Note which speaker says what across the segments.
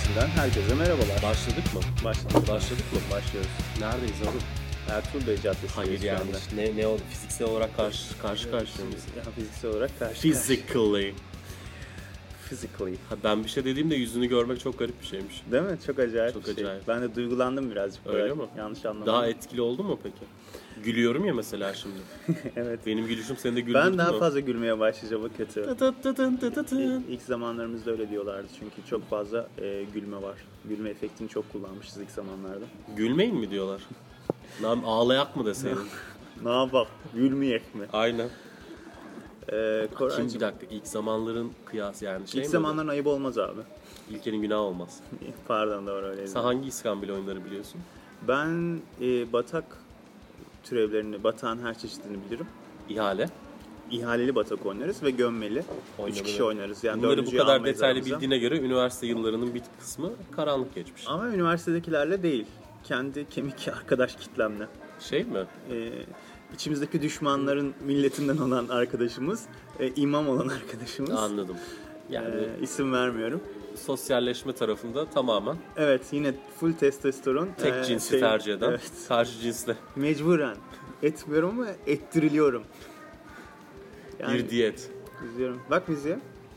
Speaker 1: Podcast'inden herkese merhabalar.
Speaker 2: Başladık mı?
Speaker 1: Başladık mı? Başlıyoruz.
Speaker 2: Neredeyiz oğlum?
Speaker 1: Ertuğrul Bey Caddesi'ndeyiz.
Speaker 2: Hayır
Speaker 1: şu
Speaker 2: yani
Speaker 1: anda.
Speaker 2: ne oldu? Fiziksel olarak karşı karşıya mıyız?
Speaker 1: Ya, fiziksel olarak
Speaker 2: Physically.
Speaker 1: Physically.
Speaker 2: Ha, ben bir şey dediğimde yüzünü görmek çok garip bir şeymiş.
Speaker 1: Değil mi? Çok acayip
Speaker 2: Çok
Speaker 1: bir şey.
Speaker 2: acayip.
Speaker 1: Ben de duygulandım birazcık.
Speaker 2: Öyle mi?
Speaker 1: Yanlış anlamadım.
Speaker 2: Daha etkili oldu mu peki? Gülüyorum ya mesela şimdi.
Speaker 1: Evet.
Speaker 2: Benim gülüşüm seni de güldürdü mü?
Speaker 1: Ben daha fazla gülmeye başlayacağım, o kötü.
Speaker 2: Tı tı tı tı tı tı tı.
Speaker 1: İlk zamanlarımızda öyle diyorlardı çünkü çok fazla gülme var. Gülme efektini çok kullanmışız ilk zamanlarda.
Speaker 2: Gülmeyin mi diyorlar? Lan ağlayak mı deseydin?
Speaker 1: Ne yapalım? Gülmeyek mi?
Speaker 2: Aynen.
Speaker 1: Koraycığım,
Speaker 2: Şimdi bir dakika ilk zamanların kıyası yani şey
Speaker 1: İlk
Speaker 2: mi?
Speaker 1: zamanların ayıp olmaz abi.
Speaker 2: İlkenin günah olmaz.
Speaker 1: Pardon, doğru öyleydi.
Speaker 2: Sen hangi iskambil oyunları biliyorsun?
Speaker 1: Ben batak türevlerini, batağın her çeşidini bilirim.
Speaker 2: İhale.
Speaker 1: İhaleli batak oynarız ve gömmeli. 3 kişi oynarız. Yani
Speaker 2: bunları bu
Speaker 1: dördüncüyü
Speaker 2: kadar
Speaker 1: almayız
Speaker 2: detaylı
Speaker 1: aramıza.
Speaker 2: bildiğine göre üniversite yıllarının bir kısmı karanlık geçmiş.
Speaker 1: Ama üniversitedekilerle değil. Kendi kemik arkadaş kitlemle.
Speaker 2: Şey mi?
Speaker 1: İçimizdeki düşmanların milletinden olan arkadaşımız, imam olan arkadaşımız.
Speaker 2: Anladım. Yani
Speaker 1: isim vermiyorum.
Speaker 2: sosyalleşme tarafında tamamen
Speaker 1: Evet, yine full testosteron.
Speaker 2: tek cinsi tercih eden,
Speaker 1: Evet.
Speaker 2: karşı cinsle
Speaker 1: Mecburen. Etmiyorum ama ettiriliyorum.
Speaker 2: bir diyet.
Speaker 1: İzliyorum. Bak müziğe.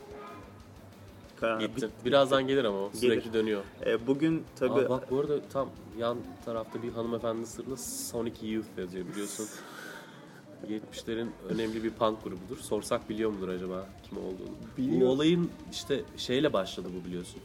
Speaker 2: Gitti. Birazdan gelir ama o sürekli dönüyor.
Speaker 1: Bugün tabii...
Speaker 2: Bak bu arada tam yan tarafta bir hanımefendi sırrında Sonic Youth yazıyor biliyorsun. 70'lerin önemli bir punk grubudur. Sorsak biliyor mudur acaba kim olduğunu?
Speaker 1: Biliyor.
Speaker 2: Bu olayın işte şeyle başladı bu biliyorsun.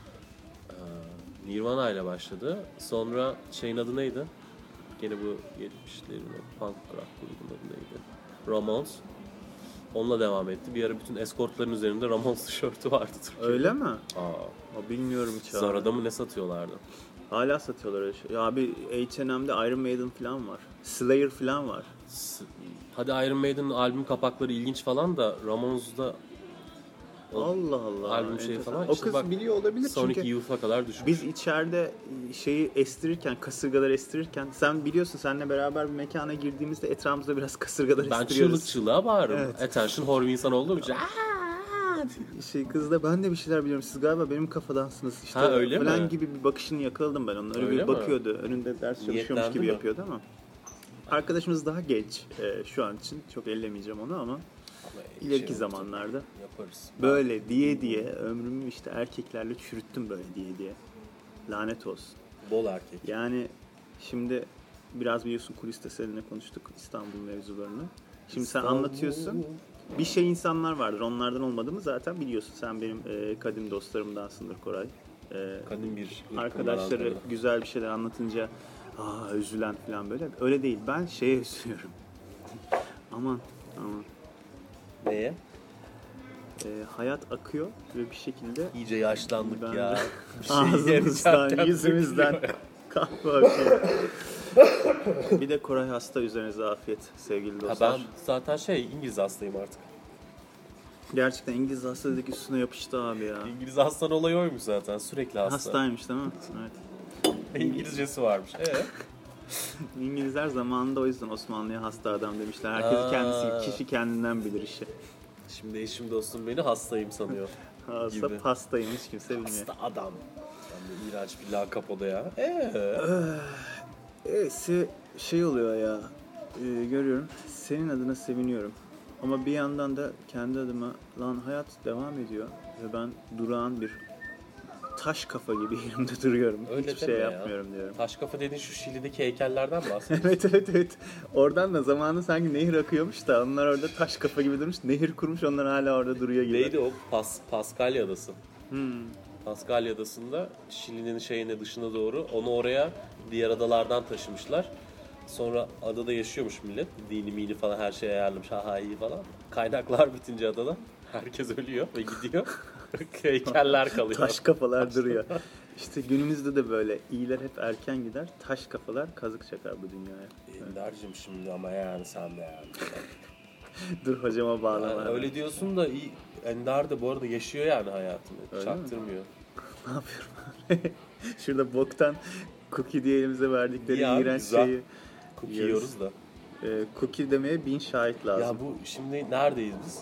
Speaker 2: Nirvana ile başladı. Sonra şeyin adı neydi? Gene bu 70'lerin o punk rock grubunun adı neydi? Ramones. Onunla devam etti. Bir ara bütün eskortların üzerinde Ramones tişörtü vardı Türkiye'de.
Speaker 1: Öyle mi?
Speaker 2: Aa.
Speaker 1: Bilmiyorum hiç.
Speaker 2: Zara'da mı ne satıyorlardı?
Speaker 1: Hala satıyorlar öyle şey. Ya abi, H&M'de Iron Maiden falan var. Slayer falan var.
Speaker 2: Hadi Iron Maiden'ın albüm kapakları ilginç falan da Ramones'da
Speaker 1: Allah Allah.
Speaker 2: albüm şeyi falan.
Speaker 1: O
Speaker 2: İşte
Speaker 1: kız
Speaker 2: bak,
Speaker 1: biliyor olabilir
Speaker 2: Sonic
Speaker 1: çünkü
Speaker 2: Youth'a kadar düşmüş.
Speaker 1: biz içeride şeyi estirirken, kasırgalar estirirken, sen biliyorsun, seninle beraber bir mekana girdiğimizde etrafımızda biraz kasırgalar
Speaker 2: Ben
Speaker 1: estiriyoruz.
Speaker 2: çığlık çığlığa bağırırım.
Speaker 1: Evet.
Speaker 2: Attention whore bir insan olduğum için.
Speaker 1: Kız da ben de bir şeyler biliyorum. Siz galiba benim kafadansınız işte
Speaker 2: Ha, öyle
Speaker 1: falan
Speaker 2: mi?
Speaker 1: gibi bir bakışını yakaladım ben onun. Öyle
Speaker 2: Öyle
Speaker 1: bir
Speaker 2: mi?
Speaker 1: bakıyordu. Önünde ders çalışıyormuş
Speaker 2: Niyetlendi
Speaker 1: gibi
Speaker 2: mi?
Speaker 1: yapıyordu ama. Arkadaşımız daha genç şu an için. Çok ellemeyeceğim onu ama ileriki zamanlarda
Speaker 2: yaparız.
Speaker 1: böyle diye ömrümü işte erkeklerle çürüttüm böyle diye. Lanet olsun.
Speaker 2: Bol erkek.
Speaker 1: Yani şimdi biraz biliyorsun, kuliste seninle konuştuk İstanbul mevzularını. Şimdi sen anlatıyorsun. Bir şey insanlar vardır. Onlardan olmadığımı zaten biliyorsun. Sen benim kadim dostlarımdansındır Koray.
Speaker 2: Kadın bir
Speaker 1: Arkadaşları güzel bir şeyler anlatınca üzülen falan böyle. Öyle değil. Ben şeye üzülüyorum. aman.
Speaker 2: Neye?
Speaker 1: Hayat akıyor ve bir şekilde
Speaker 2: İyice yaşlandık
Speaker 1: ben
Speaker 2: ya.
Speaker 1: de ağzımızdan, yüzümüzden kahve akıyor. Bir de Koray hasta, üzerinize afiyet sevgili dostlar.
Speaker 2: Ben zaten İngiliz hastayım artık.
Speaker 1: Gerçekten İngiliz hasta dedik, üstüne yapıştı abi ya.
Speaker 2: İngiliz hastan olayı oymuş zaten. Sürekli hasta.
Speaker 1: Hastaymış değil mi? Evet.
Speaker 2: İngilizcesi varmış.
Speaker 1: İngilizler zamanında o yüzden Osmanlı'ya hasta adam demişler. Herkes kendisi, kişi kendinden bilir işi.
Speaker 2: Şimdi eşim dostum beni hastayım sanıyor.
Speaker 1: Hasta
Speaker 2: gibi.
Speaker 1: pastayım, hiç kimse bilmiyor.
Speaker 2: Hasta adam. Ben de iğrenç bir lakap o da ya.
Speaker 1: Şey oluyor ya, görüyorum, senin adına seviniyorum. Ama bir yandan da kendi adıma, lan hayat devam ediyor ve ben durağan bir taş kafa gibi yerimde duruyorum.
Speaker 2: Öyle
Speaker 1: hiçbir şey
Speaker 2: deme ya.
Speaker 1: yapmıyorum diyorum.
Speaker 2: Taş kafa dediğin şu Şili'deki heykellerden bahsediyorsun.
Speaker 1: Evet. Oradan da zamanı sanki nehir akıyormuş da onlar orada taş kafa gibi durmuş. Nehir kurmuş, onlar hala orada duruyor gibi.
Speaker 2: Neydi o? Paskalya Adası. Paskalya Adası'nda Şili'nin dışına doğru onu oraya diğer adalardan taşımışlar. Sonra adada yaşıyormuş millet. Dini mini falan her şey ayarlamış. İyi falan. Kaynaklar bitince adada herkes ölüyor ve gidiyor. Heykeller kalıyor.
Speaker 1: Taş kafalar duruyor. İşte günümüzde de böyle. İyiler hep erken gider. Taş kafalar kazık çakar bu dünyaya.
Speaker 2: Ender'cim şimdi ama yani sen de yani.
Speaker 1: Dur hocama bağlama.
Speaker 2: Yani öyle diyorsun da Ender de bu arada yaşıyor yani hayatını.
Speaker 1: Öyle
Speaker 2: çaktırmıyor.
Speaker 1: Ne yapıyorum? Şurada boktan cookie diye elimize verdikleri
Speaker 2: Ya,
Speaker 1: iğrenç
Speaker 2: güzel.
Speaker 1: şeyi.
Speaker 2: Cookie yiyoruz da.
Speaker 1: Cookie demeye 1000 şahit lazım.
Speaker 2: Ya bu şimdi neredeyiz biz?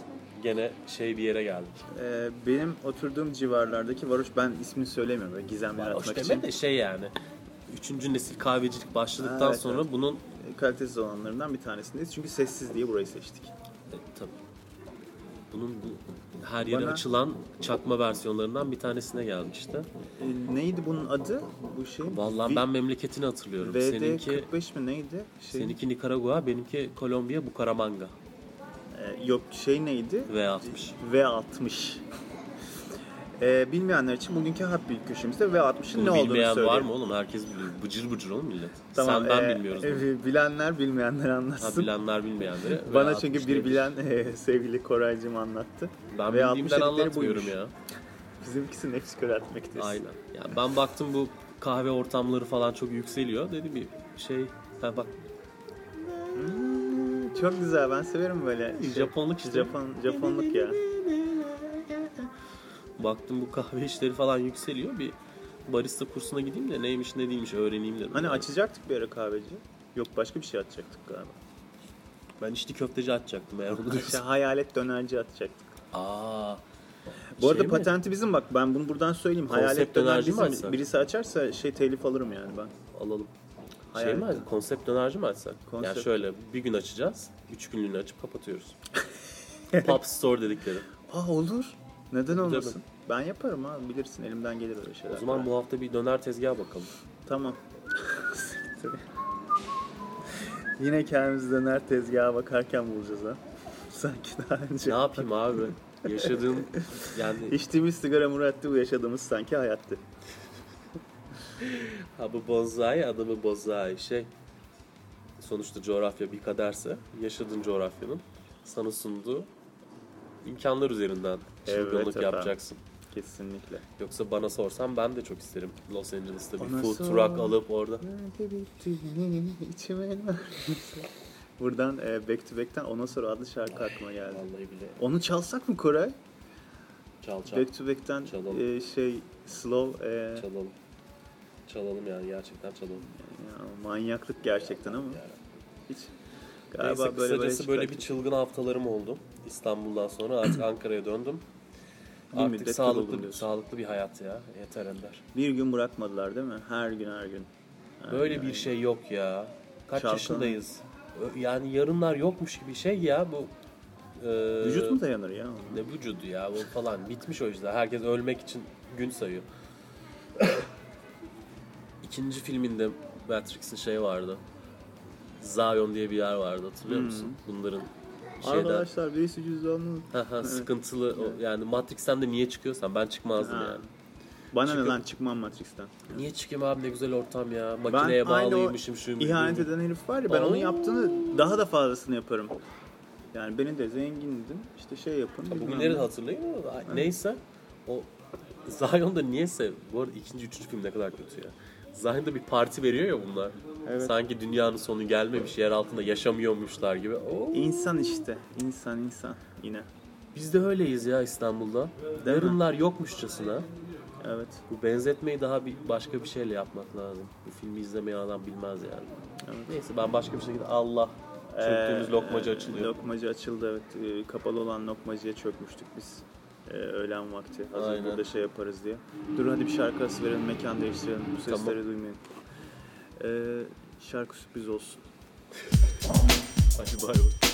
Speaker 2: gene şey bir yere geldik.
Speaker 1: Benim oturduğum civarlardaki varoş, ben ismini söylemiyorum böyle gizem
Speaker 2: Varoş
Speaker 1: yaratmak
Speaker 2: deme
Speaker 1: için.
Speaker 2: de şey yani. 3. nesil kahvecilik başladıktan
Speaker 1: Evet,
Speaker 2: sonra
Speaker 1: evet.
Speaker 2: bunun
Speaker 1: Kalitesiz olanlarından bir tanesindeyiz. Çünkü sessiz diye burayı seçtik.
Speaker 2: tabii. Bunun her yere
Speaker 1: Bana-
Speaker 2: açılan çakma versiyonlarından bir tanesine geldik işte.
Speaker 1: Neydi bunun adı? Bu şey?
Speaker 2: Vallahi ben memleketini hatırlıyorum. Seninki
Speaker 1: VD45 mi neydi?
Speaker 2: seninki Nikaragua, benimki Kolombiya, Bucaramanga.
Speaker 1: Yok şey neydi?
Speaker 2: V60.
Speaker 1: V60. Bilmeyenler için bugünkü Hap Bilgi köşemizde V60'ın
Speaker 2: Bunu
Speaker 1: ne olduğunu
Speaker 2: bilmeyen
Speaker 1: söyleyeyim.
Speaker 2: var mı oğlum? Herkes biliyor. Bıcır bıcır oğlum millet.
Speaker 1: Tamam,
Speaker 2: Sen ben bilmiyoruz. bunu.
Speaker 1: bilenler bilmeyenler
Speaker 2: Ha,
Speaker 1: anlatsın.
Speaker 2: bilenler bilmeyenleri.
Speaker 1: Bana
Speaker 2: V60
Speaker 1: çünkü bir
Speaker 2: diyebilir.
Speaker 1: bilen sevgili Koraycığım anlattı.
Speaker 2: Ben
Speaker 1: V60
Speaker 2: bildiğimden
Speaker 1: dedikleri
Speaker 2: anlatmıyorum
Speaker 1: buymuş.
Speaker 2: ya.
Speaker 1: Bizimkisi nefs köreltmekteyiz.
Speaker 2: Aynen. Ya ben baktım bu kahve ortamları falan çok yükseliyor. Dedim bir şey. Ha bak
Speaker 1: Çok güzel, ben severim böyle.
Speaker 2: Japonluk işte.
Speaker 1: Japonluk ya.
Speaker 2: Baktım bu kahve işleri falan yükseliyor. Bir barista kursuna gideyim de neymiş ne değilmiş öğreneyim dedim.
Speaker 1: Hani
Speaker 2: yani.
Speaker 1: açacaktık bir ara kahveci. Yok, başka bir şey açacaktık galiba.
Speaker 2: Ben içli köfteci açacaktım eğer onu
Speaker 1: İşte
Speaker 2: diyorsan.
Speaker 1: hayalet dönerci atacaktık.
Speaker 2: Aa.
Speaker 1: Bu arada
Speaker 2: Şey mi?
Speaker 1: patenti bizim, bak ben bunu buradan söyleyeyim.
Speaker 2: Konsept
Speaker 1: Hayalet
Speaker 2: dönerci
Speaker 1: dönerci
Speaker 2: mi
Speaker 1: bizim.
Speaker 2: açsak?
Speaker 1: Birisi açarsa telif alırım yani ben.
Speaker 2: Alalım. Şey
Speaker 1: Hayalet
Speaker 2: mi açsak? Konsept dönerci mi açsak?
Speaker 1: Konsept.
Speaker 2: Yani şöyle bir gün açacağız. 3 günlüğüne açıp kapatıyoruz. Pop store dedikleri.
Speaker 1: Olur. Neden olmasın? Ben yaparım abi, bilirsin, elimden gelir öyle şeyler.
Speaker 2: O zaman bu hafta bir döner tezgahı bakalım.
Speaker 1: Tamam. Yine kendimizi döner tezgaha bakarken bulacağız ha. Sanki daha önce.
Speaker 2: Ne yapayım abi? Yaşadığım yani
Speaker 1: İçtiğimiz sigara Murat'tı, bu yaşadığımız sanki hayattı.
Speaker 2: ha bu bonsai adamı bonsai şey. Sonuçta coğrafya bir kaderse yaşadığın coğrafyanın sana sunduğu imkanlar üzerinden çılgınlık
Speaker 1: efendim.
Speaker 2: yapacaksın.
Speaker 1: Kesinlikle.
Speaker 2: Yoksa bana sorsan ben de çok isterim Los Angeles'ta bir
Speaker 1: Bana
Speaker 2: food
Speaker 1: sor.
Speaker 2: truck alıp orada.
Speaker 1: Buradan Back to Back'ten Ona Sor adlı şarkı aklıma geldi.
Speaker 2: Vallahi bile
Speaker 1: Onu çalsak mı Koray?
Speaker 2: çal
Speaker 1: Back to Back'ten
Speaker 2: Çalalım.
Speaker 1: slow
Speaker 2: çalalım. Çalalım yani gerçekten çalalım.
Speaker 1: ya, manyaklık gerçekten ama hiç galiba
Speaker 2: Neyse
Speaker 1: böyle
Speaker 2: kısacası böyle bir
Speaker 1: çıkarttık.
Speaker 2: çılgın haftalarım oldu. İstanbul'dan sonra artık Ankara'ya döndüm.
Speaker 1: Bir
Speaker 2: Artık
Speaker 1: müddet kırıldım diyorsun.
Speaker 2: sağlıklı bir hayat ya. Yeter Ender.
Speaker 1: Bir gün bırakmadılar değil mi? Her gün.
Speaker 2: Böyle bir şey yok ya. Kaç
Speaker 1: Çalkalı.
Speaker 2: yaşındayız? Yani yarınlar yokmuş gibi şey ya bu.
Speaker 1: Vücut mu dayanır ya ona?
Speaker 2: Ne vücudu ya bu falan. Bitmiş o yüzden. Herkes ölmek için gün sayıyor. İkinci filminde Matrix'in şey vardı. Zion diye bir yer vardı, hatırlıyor musun? Bunların şeyden
Speaker 1: Arkadaşlar birisi cüzdanını...
Speaker 2: sıkıntılı yani Matrix'ten de niye çıkıyorsan ben çıkmazdım
Speaker 1: Ha.
Speaker 2: yani.
Speaker 1: Bana ne
Speaker 2: Çıkıp-
Speaker 1: lan, çıkmam Matrix'ten.
Speaker 2: Niye çıkayım abi, ne güzel ortam ya. Makineye
Speaker 1: Ben aynı o
Speaker 2: bağlıymışım şu.
Speaker 1: ihanet eden herif var ya, ben onun
Speaker 2: Oo.
Speaker 1: yaptığını daha da fazlasını yaparım. Yani beni de zengindim, işte şey yapın. bilmem
Speaker 2: Bugünleri
Speaker 1: ne.
Speaker 2: hatırlayın mı? Neyse o Zion'da niyeyse bu arada ikinci, üçüncü film ne kadar kötü ya. Zion'da bir parti veriyor ya bunlar.
Speaker 1: Evet.
Speaker 2: Sanki dünyanın sonu gelmemiş, yer altında yaşamıyormuşlar gibi. Oo.
Speaker 1: İnsan işte. İnsan yine.
Speaker 2: Biz de öyleyiz ya İstanbul'da.
Speaker 1: Değil mi?
Speaker 2: Yarınlar yokmuşçasına.
Speaker 1: Evet.
Speaker 2: Bu benzetmeyi daha bir başka bir şeyle yapmak lazım. Bu filmi izlemeyen adam bilmez yani.
Speaker 1: Evet.
Speaker 2: Neyse ben başka bir şekilde Allah çöktüğümüz lokmacı açılıyor.
Speaker 1: Lokmacı açıldı, evet. Kapalı olan lokmacıya çökmüştük biz. Öğlen vakti. Hazır
Speaker 2: Aynen.
Speaker 1: burada şey yaparız diye. Dur hadi bir şarkı arası verelim, mekan değiştirelim. Bu sesleri
Speaker 2: Tamam.
Speaker 1: duymayın. Şarkı sürpriz olsun.
Speaker 2: Hadi bay bay.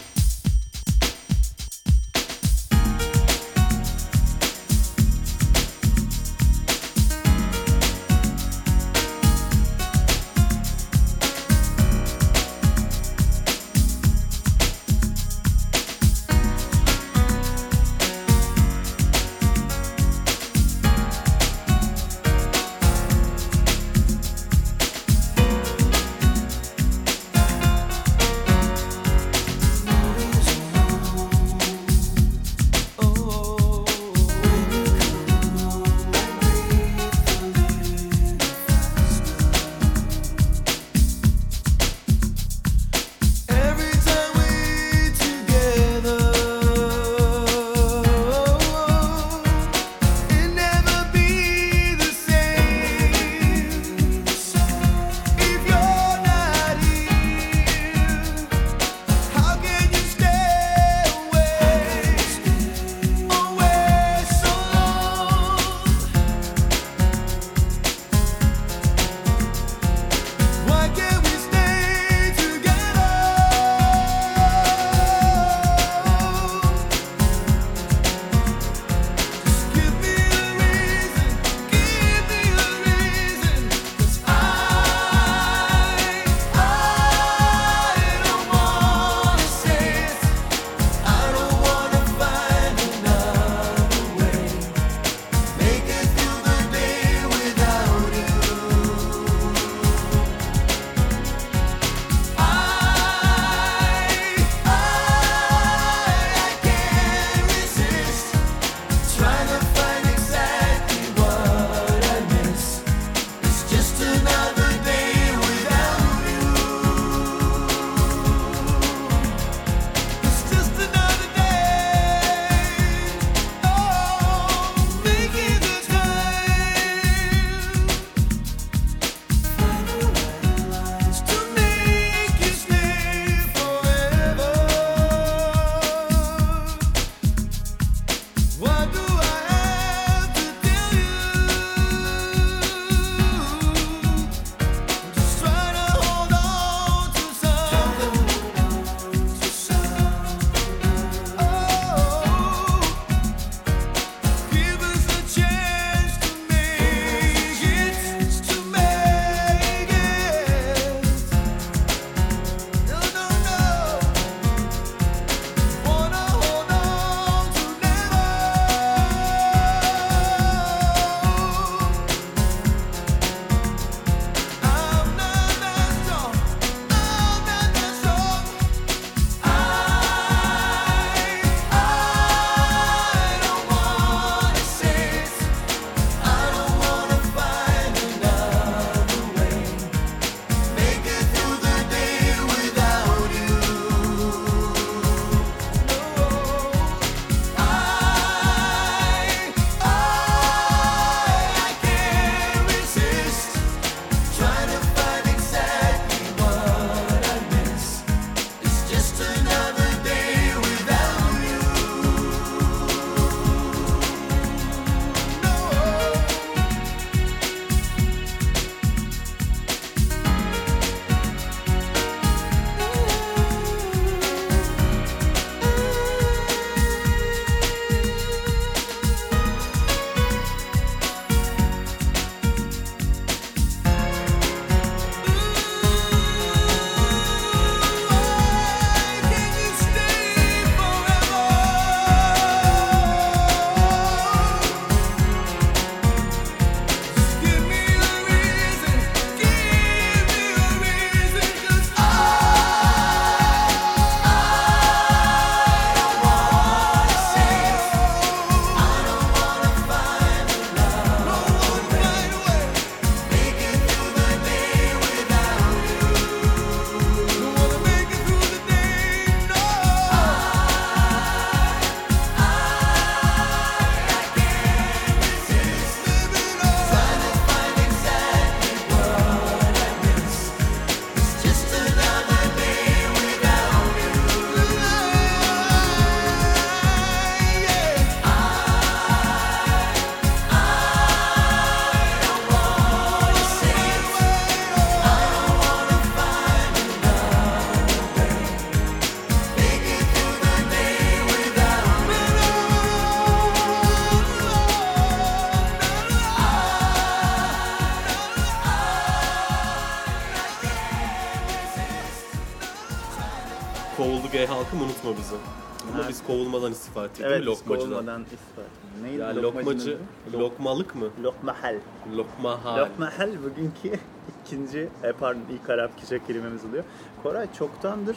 Speaker 2: sakın unutma bizi. Ama
Speaker 1: Ha.
Speaker 2: biz kovulmadan istifa ettik değil
Speaker 1: Evet,
Speaker 2: mi
Speaker 1: biz
Speaker 2: lokmacıdan?
Speaker 1: kovulmadan istifa. Neydi
Speaker 2: Yani
Speaker 1: lokmacının
Speaker 2: lokmacı,
Speaker 1: adı?
Speaker 2: lokmalık mı?
Speaker 1: Lokmahal.
Speaker 2: Lokmahal.
Speaker 1: Lokmahal bugünkü ikinci, pardon ilk Arapça kelimemiz oluyor. Koray çoktandır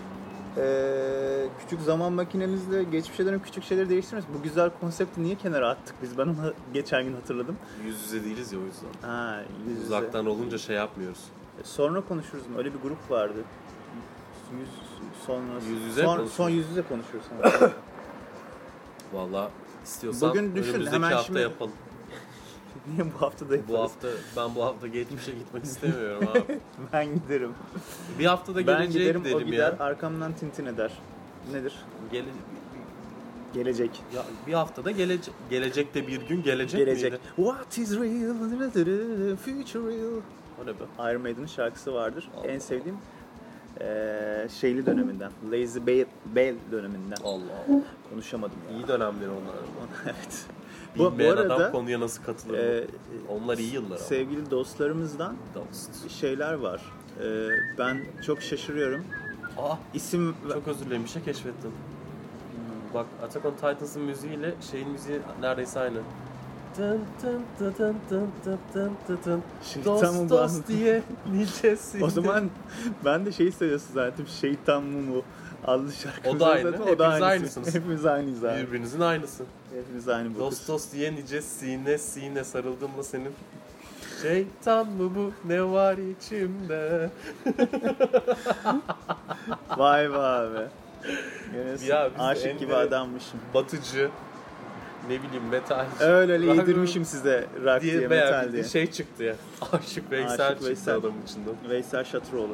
Speaker 1: küçük zaman makinemizle geçmişe dönüp küçük şeyleri değiştirmez. Bu güzel konsepti niye kenara attık biz? Ben onu geçen gün hatırladım.
Speaker 2: Yüz yüze değiliz ya o yüzden.
Speaker 1: Ha, yüz yüze.
Speaker 2: Uzaktan olunca şey yapmıyoruz.
Speaker 1: Sonra konuşuruz mu? Öyle bir grup vardı.
Speaker 2: Yüz yüze
Speaker 1: son
Speaker 2: konuşuruz.
Speaker 1: yüz yüze konuşuruz.
Speaker 2: Valla istiyorsan
Speaker 1: Bugün düşün,
Speaker 2: önümüzdeki
Speaker 1: hemen
Speaker 2: hafta
Speaker 1: şimdi-
Speaker 2: yapalım.
Speaker 1: Niye bu hafta da yaparız?
Speaker 2: Ben bu hafta geçmişe gitmek istemiyorum abi.
Speaker 1: Ben giderim.
Speaker 2: Bir haftada
Speaker 1: Ben
Speaker 2: geleceğe
Speaker 1: giderim, o
Speaker 2: gidelim
Speaker 1: gider,
Speaker 2: ya.
Speaker 1: arkamdan tintin eder. Nedir?
Speaker 2: Gele,
Speaker 1: Gelecek.
Speaker 2: ya bir haftada gelecekte bir gün gelecek
Speaker 1: Gelecek.
Speaker 2: miydi?
Speaker 1: What is real? Future real.
Speaker 2: O ne be?
Speaker 1: Iron Maiden'ın şarkısı vardır.
Speaker 2: Allah
Speaker 1: En sevdiğim şeyli döneminden. Lazy Bale döneminden.
Speaker 2: Allah Allah.
Speaker 1: Konuşamadım ya.
Speaker 2: İyi dönemleri onlar.
Speaker 1: Evet.
Speaker 2: Bilmeyen
Speaker 1: bu arada
Speaker 2: adam konuya nasıl katılır?
Speaker 1: e,
Speaker 2: Onlar iyi yıllar ama.
Speaker 1: sevgili dostlarımızdan
Speaker 2: Dost.
Speaker 1: şeyler var. Ben çok şaşırıyorum.
Speaker 2: Aa,
Speaker 1: İsim
Speaker 2: çok özür dilerim, bir şey keşfettim. Bak, Attack on Titans'ın müziğiyle şeyin müziği neredeyse aynı. Tın tın tın tın tın tın tın tın tın.
Speaker 1: Şeytan mı
Speaker 2: Dost
Speaker 1: bu
Speaker 2: dost diye nicesi.
Speaker 1: o zaman ben de şeyi söylüyorsun zaten, Şeytan Mumu adlı şarkımız
Speaker 2: O da aynı.
Speaker 1: zaten.
Speaker 2: Hepiniz aynısınız.
Speaker 1: Hepimiz aynıyız abi.
Speaker 2: Birbirinizin aynısı.
Speaker 1: Hepimiz aynı bu.
Speaker 2: Dost dost diye nice sine sine sarıldım mı senin? Şeytan mı bu, ne var içimde?
Speaker 1: Vay be abi. Görüyorsun,
Speaker 2: Ya biz de
Speaker 1: aşık gibi
Speaker 2: en-
Speaker 1: adammışım.
Speaker 2: Batıcı, ne bileyim metalci.
Speaker 1: Öyle
Speaker 2: rock
Speaker 1: yedirmişim size rock diye,
Speaker 2: diye
Speaker 1: metal
Speaker 2: bayağı
Speaker 1: diye.
Speaker 2: bir şey çıktı ya. Aşık Veysel
Speaker 1: Aşık
Speaker 2: çıktı
Speaker 1: Veysel.
Speaker 2: adamın içinden.
Speaker 1: Veysel Şatıroğlu.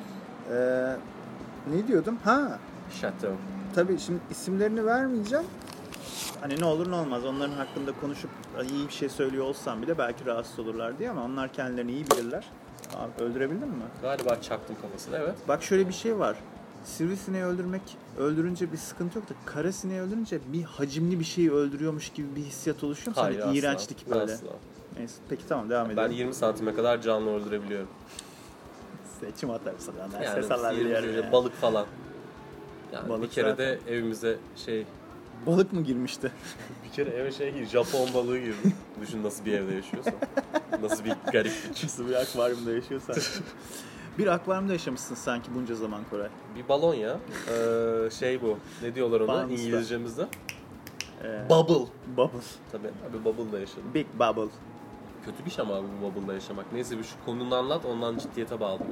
Speaker 1: Ne diyordum? Ha,
Speaker 2: Chateau.
Speaker 1: tabii şimdi isimlerini vermeyeceğim. Hani ne olur ne olmaz onların hakkında konuşup iyi bir şey söylüyor olsam bile belki rahatsız olurlar diye, ama onlar kendilerini iyi bilirler. Abi, öldürebildin mi?
Speaker 2: Galiba çaktım kafasına, evet.
Speaker 1: Bak şöyle bir şey var. Sivrisineği öldürünce bir sıkıntı yok da kara sineği öldürünce bir hacimli bir şeyi öldürüyormuş gibi bir hissiyat oluşuyor mu?
Speaker 2: Hayır,
Speaker 1: Sana
Speaker 2: asla.
Speaker 1: iğrençlik böyle.
Speaker 2: Asla.
Speaker 1: Neyse peki tamam devam
Speaker 2: Ben
Speaker 1: edelim.
Speaker 2: 20 santime kadar canlı öldürebiliyorum.
Speaker 1: Seçim atarım sana.
Speaker 2: Yani
Speaker 1: Ses alabiliyorum.
Speaker 2: böyle balık falan. Yani
Speaker 1: Balık
Speaker 2: bir kere
Speaker 1: zaten.
Speaker 2: de evimize
Speaker 1: Balık mı girmişti?
Speaker 2: bir kere eve girdi, Japon balığı girdi. Düşün nasıl bir evde yaşıyorsa. Nasıl bir gariplik.
Speaker 1: Nasıl bir akvaryumda yaşıyorsan. Bir akvaryumda yaşamışsın sanki bunca zaman Koray.
Speaker 2: Bir balon ya. Bu. Ne diyorlar ona
Speaker 1: Bounce'da.
Speaker 2: İngilizcemizde?
Speaker 1: Ee,
Speaker 2: Bubble.
Speaker 1: Bubble.
Speaker 2: Tabii abi, bubble'da yaşadım.
Speaker 1: Big bubble.
Speaker 2: Kötü bir şey ama abi bu bubble'da yaşamak. Neyse bir şu konunu anlat, ondan ciddiyete bağlıyor.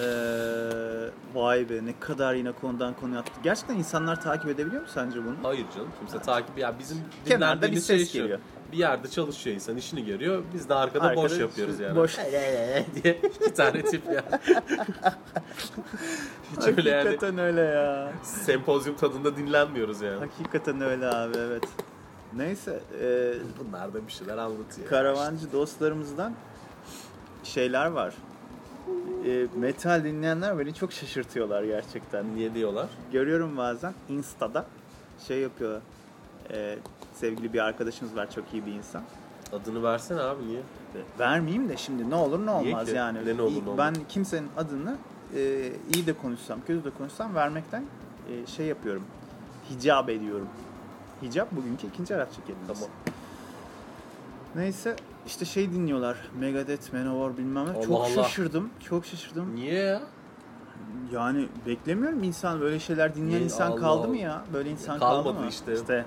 Speaker 1: Vay be, ne kadar yine konudan konuya attık. Gerçekten insanlar takip edebiliyor mu sence bunu?
Speaker 2: Hayır canım, kimse takip... Ya bizim
Speaker 1: Kenarda bir
Speaker 2: dinlendiğimiz
Speaker 1: ses
Speaker 2: şey şu.
Speaker 1: geliyor.
Speaker 2: Bir yerde çalışıyor insan, işini görüyor. Biz de arkada boş yapıyoruz yani.
Speaker 1: Boş.
Speaker 2: diye iki tane tip ya. Hiç öyle yani
Speaker 1: Hakikaten öyle ya.
Speaker 2: sempozyum tadında dinlenmiyoruz yani.
Speaker 1: Hakikaten öyle abi, evet. Neyse,
Speaker 2: Bunlar da bir şeyler anlatıyor.
Speaker 1: karavancı dostlarımızdan şeyler var. Metal dinleyenler beni çok şaşırtıyorlar gerçekten.
Speaker 2: Niye diyorlar?
Speaker 1: Görüyorum bazen Insta'da şey yapıyorlar. Sevgili bir arkadaşımız var, çok iyi bir insan.
Speaker 2: Adını versene abi, niye?
Speaker 1: Vermeyeyim de şimdi ne olur ne olmaz
Speaker 2: ki?
Speaker 1: yani.
Speaker 2: Ne olur ne olmaz?
Speaker 1: Ben kimsenin adını iyi de konuşsam, kötü de konuşsam vermekten şey yapıyorum. Hicap ediyorum. Hicap bugünkü ikinci Arapça kelimesi.
Speaker 2: Tamam.
Speaker 1: Neyse işte şey dinliyorlar. Megadeth, Manowar bilmem ne.
Speaker 2: Allah
Speaker 1: Çok
Speaker 2: Allah.
Speaker 1: şaşırdım. Çok şaşırdım.
Speaker 2: Niye ya?
Speaker 1: Yani beklemiyorum, insan böyle şeyler dinleyen
Speaker 2: Niye?
Speaker 1: insan
Speaker 2: Allah
Speaker 1: kaldı
Speaker 2: Allah.
Speaker 1: mı ya? Böyle insan
Speaker 2: Kalmadı
Speaker 1: kaldı mı?
Speaker 2: işte.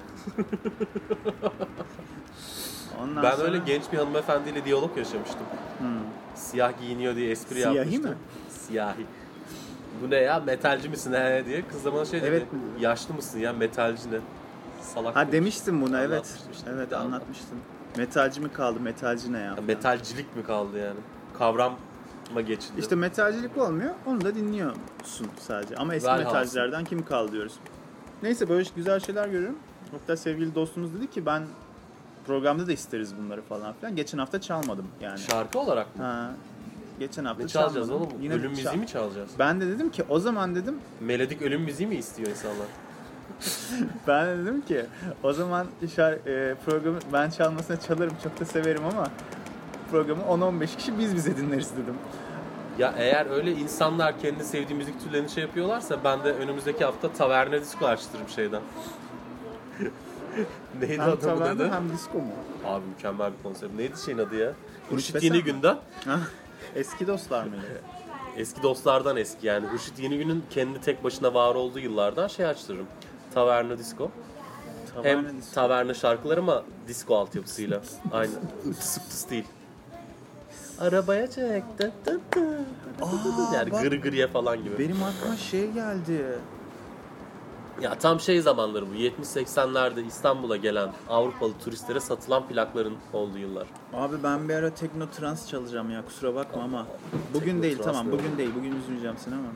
Speaker 1: Ondan
Speaker 2: Ben
Speaker 1: sonra...
Speaker 2: öyle genç bir hanımefendiyle diyalog yaşamıştım. Siyah giyiniyor diye espri
Speaker 1: Siyahi
Speaker 2: yapmıştım.
Speaker 1: mi?
Speaker 2: Siyahi. Bu ne ya, metalci misin he diye. Kız da bana şey dedi.
Speaker 1: Evet mi?
Speaker 2: Yaşlı mısın ya, metalci ne? Salak
Speaker 1: Ha
Speaker 2: demiş.
Speaker 1: demiştin bunu, evet.
Speaker 2: Anlatmıştım işte, bir
Speaker 1: Evet
Speaker 2: de
Speaker 1: anlatmıştın. Metalci mi kaldı? Metalci ne ya?
Speaker 2: Ya metalcilik mi kaldı yani? Kavrama geçildi.
Speaker 1: İşte metalcilik olmuyor. Onu da dinliyorsun sadece. Ama eski
Speaker 2: Velhasıl.
Speaker 1: metalcilerden kim kaldı diyoruz. Neyse böyle güzel şeyler görüyorum. Hatta sevgili dostumuz dedi ki ben programda da isteriz bunları falan filan. Geçen hafta çalmadım yani.
Speaker 2: Şarkı olarak mı?
Speaker 1: Ha, geçen hafta
Speaker 2: Ne çalacağız
Speaker 1: çalmadım.
Speaker 2: oğlum?
Speaker 1: Yine
Speaker 2: Ölüm
Speaker 1: çal-
Speaker 2: müziği mi çalacağız?
Speaker 1: Ben de dedim ki o zaman dedim
Speaker 2: Melodik ölüm müziği mi istiyor insanlar?
Speaker 1: ben de dedim ki o zaman programı ben çalmasına çalarım, çok da severim ama programı 10-15 kişi biz bize dinleriz dedim.
Speaker 2: Ya eğer öyle insanlar kendi sevdiği müzik türlerini şey yapıyorlarsa ben de önümüzdeki hafta Taverna Disco açtırırım şeyden. Neydi
Speaker 3: Hem
Speaker 2: adı bu
Speaker 3: taverna
Speaker 2: dedi?
Speaker 3: hem disco mu?
Speaker 2: Abi mükemmel bir konsept. Neydi şeyin adı ya? Hurşit
Speaker 3: Besen mi?
Speaker 2: Yenigün'den.
Speaker 3: Ha, eski dostlar mıydı?
Speaker 2: Eski dostlardan eski yani. Hurşit Yenigün'ün kendi tek başına var olduğu yıllardan şey açtırırım. Taverna Disco. Hem
Speaker 3: Taverna disco.
Speaker 2: taverna şarkıları ama disco altyapısıyla. Aynı. Tıs tıs değil. Arabaya çek. Yani
Speaker 3: bak.
Speaker 2: gır gırıya falan gibi.
Speaker 3: Benim aklıma şey geldi.
Speaker 2: Ya tam şey zamanları bu. 70-80'lerde İstanbul'a gelen Avrupalı turistlere satılan plakların olduğu yıllar.
Speaker 3: Abi ben bir ara tekno trans çalacağım ya, kusura bakma ama. Bugün
Speaker 2: Tekno
Speaker 3: değil,
Speaker 2: trans
Speaker 3: tamam
Speaker 2: ne
Speaker 3: bugün
Speaker 2: oldu?
Speaker 3: değil. Bugün üzüleceğim seni ama.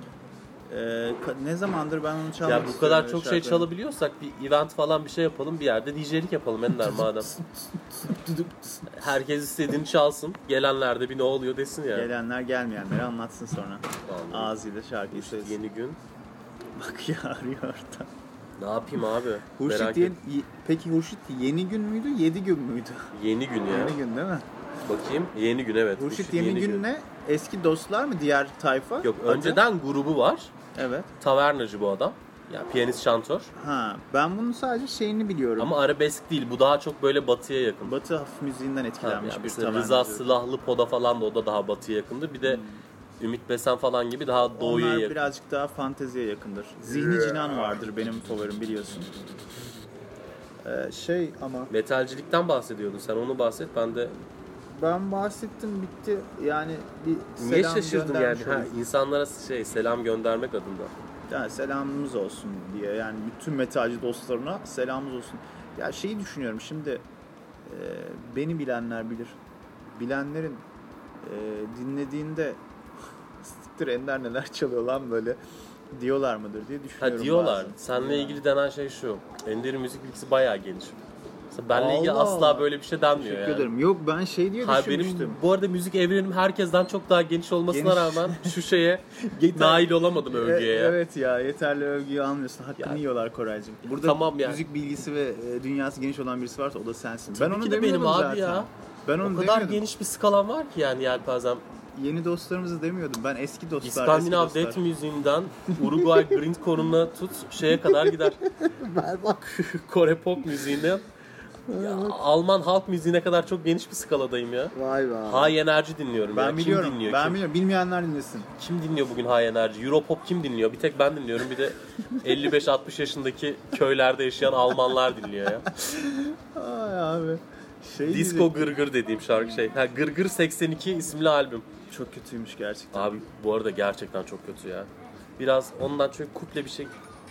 Speaker 3: Ne zamandır ben onu çalmak
Speaker 2: Ya bu
Speaker 3: istiyorum
Speaker 2: kadar
Speaker 3: öyle
Speaker 2: çok şey
Speaker 3: şarkıları.
Speaker 2: çalabiliyorsak bir event falan bir şey yapalım, bir yerde DJ'lik yapalım Ender madem. Herkes istediğini çalsın. Gelenler de bir ne oluyor desin yani.
Speaker 3: Gelenler gelmeyenlere anlatsın sonra.
Speaker 2: Vallahi.
Speaker 3: Ağzıyla şarkıyı söylesin.
Speaker 2: Yeni gün.
Speaker 3: Bak ya, arıyor orada.
Speaker 2: Ne yapayım abi?
Speaker 3: Hurşit
Speaker 2: Merak
Speaker 3: yeni,
Speaker 2: et.
Speaker 3: peki Hurşit yeni gün müydü, 7 gün müydü?
Speaker 2: Yeni gün ya.
Speaker 3: Yeni gün değil mi?
Speaker 2: Bakayım. Yeni gün evet.
Speaker 3: Hurşit yeni gün ne? Eski dostlar mı, diğer tayfa?
Speaker 2: Yok
Speaker 3: Adı?
Speaker 2: önceden grubu var.
Speaker 3: Evet.
Speaker 2: Tavernacı bu adam. Ya piyanist şantör.
Speaker 3: Ha, ben bunun sadece şeyini biliyorum.
Speaker 2: Ama arabesk değil. Bu daha çok böyle batıya yakın.
Speaker 3: Batı hafif müziğinden etkilenmiş
Speaker 2: Ya
Speaker 3: bir
Speaker 2: mesela
Speaker 3: tavernacı.
Speaker 2: Rıza Silahlı Poda falan da o da daha batıya yakındı. Bir de Ümit Besen falan gibi daha doğuya
Speaker 3: Onlar
Speaker 2: yakın.
Speaker 3: birazcık daha fanteziye yakındır. Zihni Cinan vardır benim favorim, biliyorsun. Ama
Speaker 2: Metalcilikten bahsediyordun sen, onu bahset. Ben de
Speaker 3: ben bahsettim, bitti. Yani bir
Speaker 2: niye
Speaker 3: selam
Speaker 2: şaşırdın yani?
Speaker 3: göndermiş
Speaker 2: Ha,
Speaker 3: olayım.
Speaker 2: insanlara selam göndermek adında.
Speaker 3: Yani selamımız olsun diye, yani bütün metalci dostlarına selamımız olsun. Ya şeyi düşünüyorum şimdi, beni bilenler bilir. Bilenlerin dinlediğinde siktir Ender neler çalıyor lan böyle diyorlar mıdır diye düşünüyorum.
Speaker 2: Ha diyorlar.
Speaker 3: bazen.
Speaker 2: Seninle ilgili denen şey şu. Ender'in müzik bilgisi bayağı geniş. Mesela benle ilgili
Speaker 3: Allah
Speaker 2: asla
Speaker 3: Allah.
Speaker 2: böyle bir şey denmiyor
Speaker 3: Teşekkür
Speaker 2: yani.
Speaker 3: ederim. Yok, ben şey diye
Speaker 2: Hayır,
Speaker 3: düşünmüştüm.
Speaker 2: benim bu arada müzik evrenim herkesten çok daha geniş olmasına
Speaker 3: Geniş.
Speaker 2: rağmen şu şeye
Speaker 3: Yeter-
Speaker 2: nail olamadım övgüye ya.
Speaker 3: Evet ya, yeterli övgüyü almıyorsun. Hakkını
Speaker 2: Yani.
Speaker 3: yiyorlar Koraycığım. Burada
Speaker 2: Tamam yani.
Speaker 3: müzik bilgisi ve dünyası geniş olan birisi varsa o da sensin. Ben
Speaker 2: Tabii
Speaker 3: onu
Speaker 2: ki de
Speaker 3: demiyordum
Speaker 2: benim abi
Speaker 3: zaten.
Speaker 2: ya.
Speaker 3: Ben onu
Speaker 2: O kadar
Speaker 3: demiyordum.
Speaker 2: geniş bir skalam var ki yani yelpazem.
Speaker 3: Yeni dostlarımızı demiyordum. Ben eski dostlar.
Speaker 2: İskandinav
Speaker 3: eski
Speaker 2: death
Speaker 3: dostlar.
Speaker 2: müziğinden Uruguay grindcore'una tut şeye kadar gider. Kore pop müziğinden ya, Alman halk müziğine kadar çok geniş bir skaladayım ya.
Speaker 3: Vay be.
Speaker 2: High Energy dinliyorum ya.
Speaker 3: Ben biliyorum.
Speaker 2: Kim dinliyor?
Speaker 3: Ben
Speaker 2: kim?
Speaker 3: biliyorum. Bilmeyenler dinlesin.
Speaker 2: Kim dinliyor bugün High Energy? Europop kim dinliyor? Bir tek ben dinliyorum. Bir de 55-60 yaşındaki köylerde yaşayan Almanlar dinliyor ya.
Speaker 3: Ay abi. Şey
Speaker 2: Disco
Speaker 3: diyecektim.
Speaker 2: Gırgır dediğim şarkı şey. Ha, Gırgır 82 isimli albüm.
Speaker 3: Çok kötüymüş gerçekten.
Speaker 2: Abi bu arada gerçekten çok kötü ya. Biraz ondan şöyle kuple bir şey.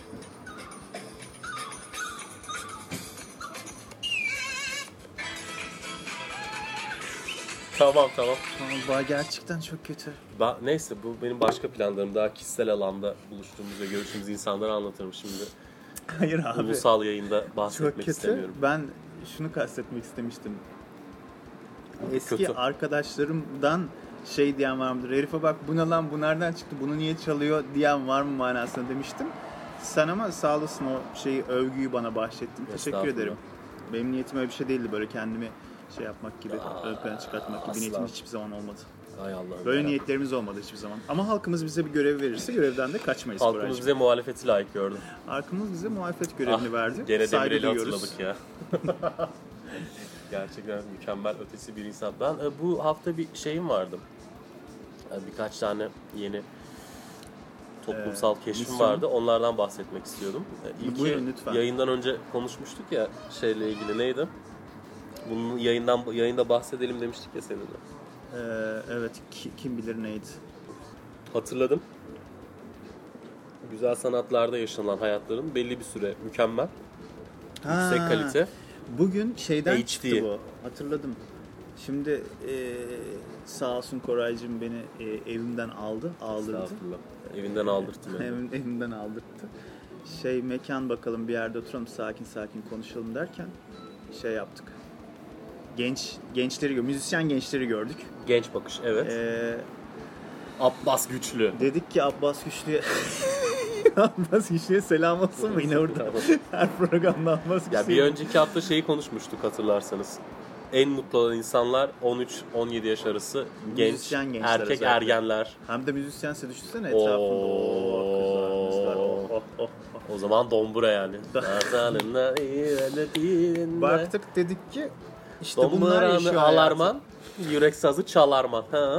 Speaker 2: Tamam.
Speaker 3: Ama gerçekten çok kötü.
Speaker 2: Neyse bu benim başka planlarım. Daha kişisel alanda buluştuğumuz ve görüştüğümüz insanlara anlatırım şimdi.
Speaker 3: Hayır abi.
Speaker 2: Ulusal yayında
Speaker 3: Çok
Speaker 2: bahsetmek
Speaker 3: kötü.
Speaker 2: istemiyorum.
Speaker 3: Ben şunu kastetmek istemiştim. Eski
Speaker 2: Kötü.
Speaker 3: arkadaşlarımdan şey diyen var mıdır? Herife bak, bu ne lan, bu nereden çıktı, bunu niye çalıyor diyen var mı manasında demiştim. Sen ama sağ olasın, o şeyi, övgüyü bana bahşettin. Teşekkür
Speaker 2: Estağfurullah.
Speaker 3: ederim. Benim niyetim öyle bir şey değildi, böyle kendimi şey yapmak gibi, ön plana çıkartmak gibi
Speaker 2: asla.
Speaker 3: niyetim hiçbir zaman olmadı.
Speaker 2: Ay Allah'ım.
Speaker 3: Böyle
Speaker 2: yarabbim.
Speaker 3: niyetlerimiz olmadı hiçbir zaman. Ama halkımız bize bir görev verirse görevden de kaçmayız.
Speaker 2: Halkımız
Speaker 3: Koraycığım.
Speaker 2: bize muhalefeti layık gördü.
Speaker 3: Halkımız bize muhalefet görevini verdi.
Speaker 2: Gene
Speaker 3: Saygı
Speaker 2: Demirel'i
Speaker 3: duyuyoruz.
Speaker 2: hatırladık ya. Gerçekten mükemmel ötesi bir insan. Ben bu hafta bir şeyim vardı. Birkaç tane yeni toplumsal keşfim
Speaker 3: misyon.
Speaker 2: vardı. Onlardan bahsetmek istiyordum.
Speaker 3: Buyurun lütfen.
Speaker 2: Yayından önce konuşmuştuk ya şeyle ilgili, neydi? Bunun yayında bahsedelim demiştik ya seninle.
Speaker 3: Evet, kim bilir neydi.
Speaker 2: Hatırladım. Güzel sanatlarda yaşanılan hayatların belli bir süre mükemmel, yüksek kalite.
Speaker 3: Bugün şeyden
Speaker 2: HD.
Speaker 3: çıktı bu. Hatırladım. Şimdi sağ olsun Koraycığım beni evimden aldırdı.
Speaker 2: Estağfurullah. Evinden aldırttım yani.
Speaker 3: Evimden aldırttı. Mekan bakalım, bir yerde oturalım, sakin sakin konuşalım derken şey yaptık. Müzisyen gençleri gördük.
Speaker 2: Genç bakış, evet. Abbas Güçlü.
Speaker 3: Dedik ki Abbas Güçlü'ye Abbas Güçlü'ye selam olsun mu yine orada? Her programda Abbas Güçlü'ye.
Speaker 2: Ya bir önceki hafta şeyi konuşmuştuk hatırlarsanız. en mutlu olan insanlar 13-17 yaş arası genç,
Speaker 3: Müzisyen gençler
Speaker 2: erkek
Speaker 3: özellikle.
Speaker 2: ergenler.
Speaker 3: Hem de müzisyense düşünsene etrafında. Oh, kızlar. Oh.
Speaker 2: O zaman dombura yani.
Speaker 3: Baktık dedik ki işte bunlar
Speaker 2: Domburanı
Speaker 3: yaşıyor
Speaker 2: alarman, yürek sazı çalarman. Ha?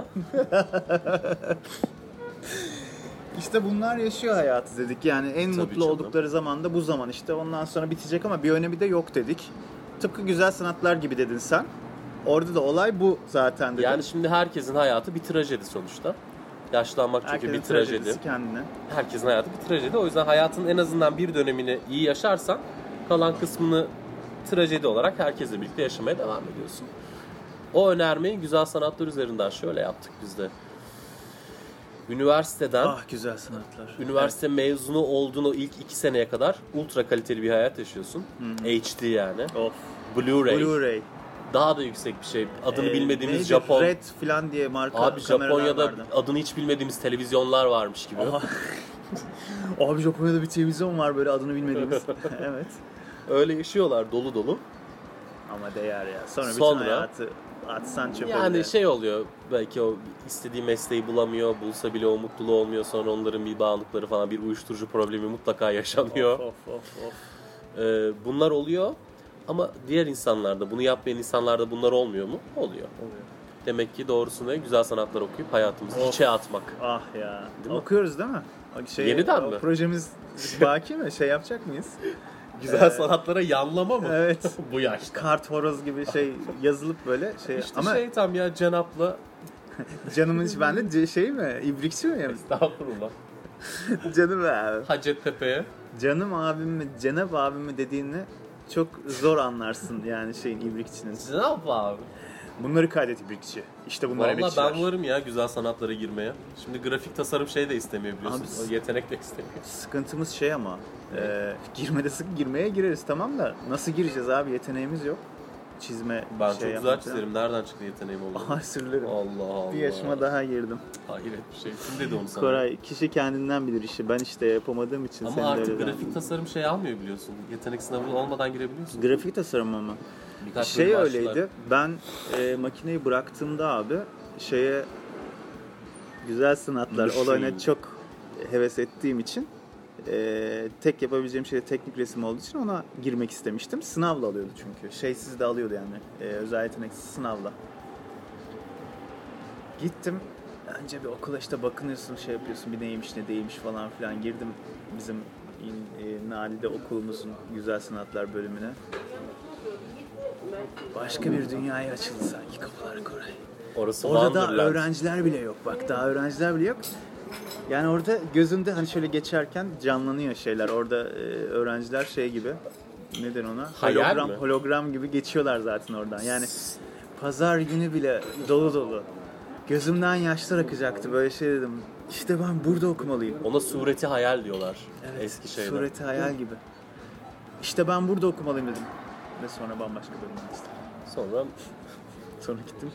Speaker 3: İşte bunlar yaşıyor hayatı dedik. Yani en
Speaker 2: Tabii
Speaker 3: mutlu
Speaker 2: canım.
Speaker 3: oldukları zaman da bu zaman işte. Ondan sonra bitecek ama bir önemi de yok dedik. Tıpkı güzel sanatlar gibi dedin sen. Orada da olay bu zaten dedim.
Speaker 2: Yani şimdi herkesin hayatı bir trajedi sonuçta. Yaşlanmak çünkü
Speaker 3: herkesin
Speaker 2: bir trajedi.
Speaker 3: trajedisi kendine.
Speaker 2: Herkesin hayatı bir trajedi. O yüzden hayatın en azından bir dönemini iyi yaşarsan kalan kısmını trajedi olarak herkesle birlikte yaşamaya devam ediyorsun. O önermeyi güzel sanatlar üzerinden şöyle yaptık biz de. Üniversiteden,
Speaker 3: Ah güzel sanatlar.
Speaker 2: üniversite mezunu olduğun o ilk 2 seneye kadar ultra kaliteli bir hayat yaşıyorsun. HD yani.
Speaker 3: Of.
Speaker 2: Blu-ray.
Speaker 3: Blu-ray.
Speaker 2: Daha da yüksek bir şey. Adını bilmediğimiz
Speaker 3: neydi?
Speaker 2: Japon.
Speaker 3: Red falan diye marka
Speaker 2: Abi
Speaker 3: kameralar
Speaker 2: Japonya'da
Speaker 3: vardı.
Speaker 2: adını hiç bilmediğimiz televizyonlar varmış gibi.
Speaker 3: Aha. Abi Japonya'da bir televizyon var böyle adını bilmediğimiz. Evet.
Speaker 2: Öyle yaşıyorlar dolu dolu.
Speaker 3: Ama değer ya. Sonra bütün
Speaker 2: Sonra-
Speaker 3: hayatı atsan çöpe
Speaker 2: Yani
Speaker 3: bile.
Speaker 2: şey oluyor, belki o istediği mesleği bulamıyor, bulsa bile o mutluluğu olmuyor, sonra onların bir bağımlılıkları falan, bir uyuşturucu problemi mutlaka yaşanıyor.
Speaker 3: Of.
Speaker 2: Bunlar oluyor ama diğer insanlarda, bunu yapmayan insanlarda bunlar olmuyor mu? Oluyor. Demek ki doğrusu ne? Güzel sanatlar okuyup hayatımızı hiçe atmak.
Speaker 3: Ah ya.
Speaker 2: Değil mi?
Speaker 3: Okuyoruz değil mi?
Speaker 2: Yeniden
Speaker 3: o
Speaker 2: mi?
Speaker 3: Projemiz baki mi? Şey yapacak mıyız?
Speaker 2: Güzel sanatlara yanlama mı?
Speaker 3: Evet.
Speaker 2: Bu yaşta.
Speaker 3: Kart horoz gibi şey yazılıp böyle şey.
Speaker 2: İşte
Speaker 3: Ama
Speaker 2: şey tam ya Cenap'la
Speaker 3: canımın içi bende şey mi? İbrikçi mi?
Speaker 2: estağfurullah.
Speaker 3: Canım abi.
Speaker 2: Hacettepe'ye.
Speaker 3: Canım abim mi, Cenab abim mi dediğini çok zor anlarsın yani şeyin ibrikçinin.
Speaker 2: Cenap abi.
Speaker 3: Bunları kaydet ibrikçi. İşte bunlar
Speaker 2: Valla
Speaker 3: ibrikçiler.
Speaker 2: ben varım ya güzel sanatlara girmeye. Şimdi grafik tasarım şey de istemiyor biliyorsun.
Speaker 3: Abi,
Speaker 2: O yetenek de istemiyor.
Speaker 3: Sıkıntımız şey ama girmede sık girmeye gireriz tamam da nasıl gireceğiz abi yeteneğimiz yok. Çizme
Speaker 2: Ben
Speaker 3: şey
Speaker 2: çok güzel
Speaker 3: yapmak
Speaker 2: çizerim. Nereden çıktı yeteneğim oldu?
Speaker 3: Aha sırlarım.
Speaker 2: Allah Allah.
Speaker 3: Bir yaşıma daha girdim.
Speaker 2: Hayret bir şey. Kim dedi onu sana?
Speaker 3: Koray kişi kendinden bilir işi. Ben işte yapamadığım için
Speaker 2: Ama
Speaker 3: senin de
Speaker 2: artık
Speaker 3: öyle
Speaker 2: grafik tasarım şey almıyor biliyorsun. Yetenek sınavı olmadan girebiliyorsun.
Speaker 3: Grafik tasarım ama.
Speaker 2: Birkaç
Speaker 3: Şey
Speaker 2: bölüm
Speaker 3: öyleydi.
Speaker 2: başlar.
Speaker 3: Ben makineyi bıraktığımda abi şeye güzel sanatlar
Speaker 2: Machine.
Speaker 3: olayına çok heves ettiğim için tek yapabileceğim şey de teknik resim olduğu için ona girmek istemiştim. Sınavla alıyordu çünkü. Şeysiz de alıyordu yani. Özel yeteneksiz sınavla. Gittim. Önce bir okula işte bakınıyorsun, şey yapıyorsun, bir neymiş ne değilmiş falan filan. Girdim bizim Nali'de okulumuzun güzel sanatlar bölümüne. Başka bir dünyaya açıldı sanki kapılar Koray.
Speaker 2: Orası
Speaker 3: Orada da
Speaker 2: Wonderland.
Speaker 3: öğrenciler bile yok. Bak daha öğrenciler bile yok. Yani orada gözümde hani şöyle geçerken canlanıyor şeyler. Orada öğrenciler şey gibi. Neden ona?
Speaker 2: Hayal mi?
Speaker 3: Hologram gibi geçiyorlar zaten oradan. Yani pazar günü bile dolu dolu. Gözümden yaşlar akacaktı. Böyle şey dedim. İşte ben burada okumalıyım.
Speaker 2: Ona sureti hayal diyorlar.
Speaker 3: Evet,
Speaker 2: Eski şeyler.
Speaker 3: sureti hayal gibi. İşte ben burada okumalıyım dedim. Ve sonra bambaşka bölümden istedim.
Speaker 2: Sonra
Speaker 3: Sonra gittim.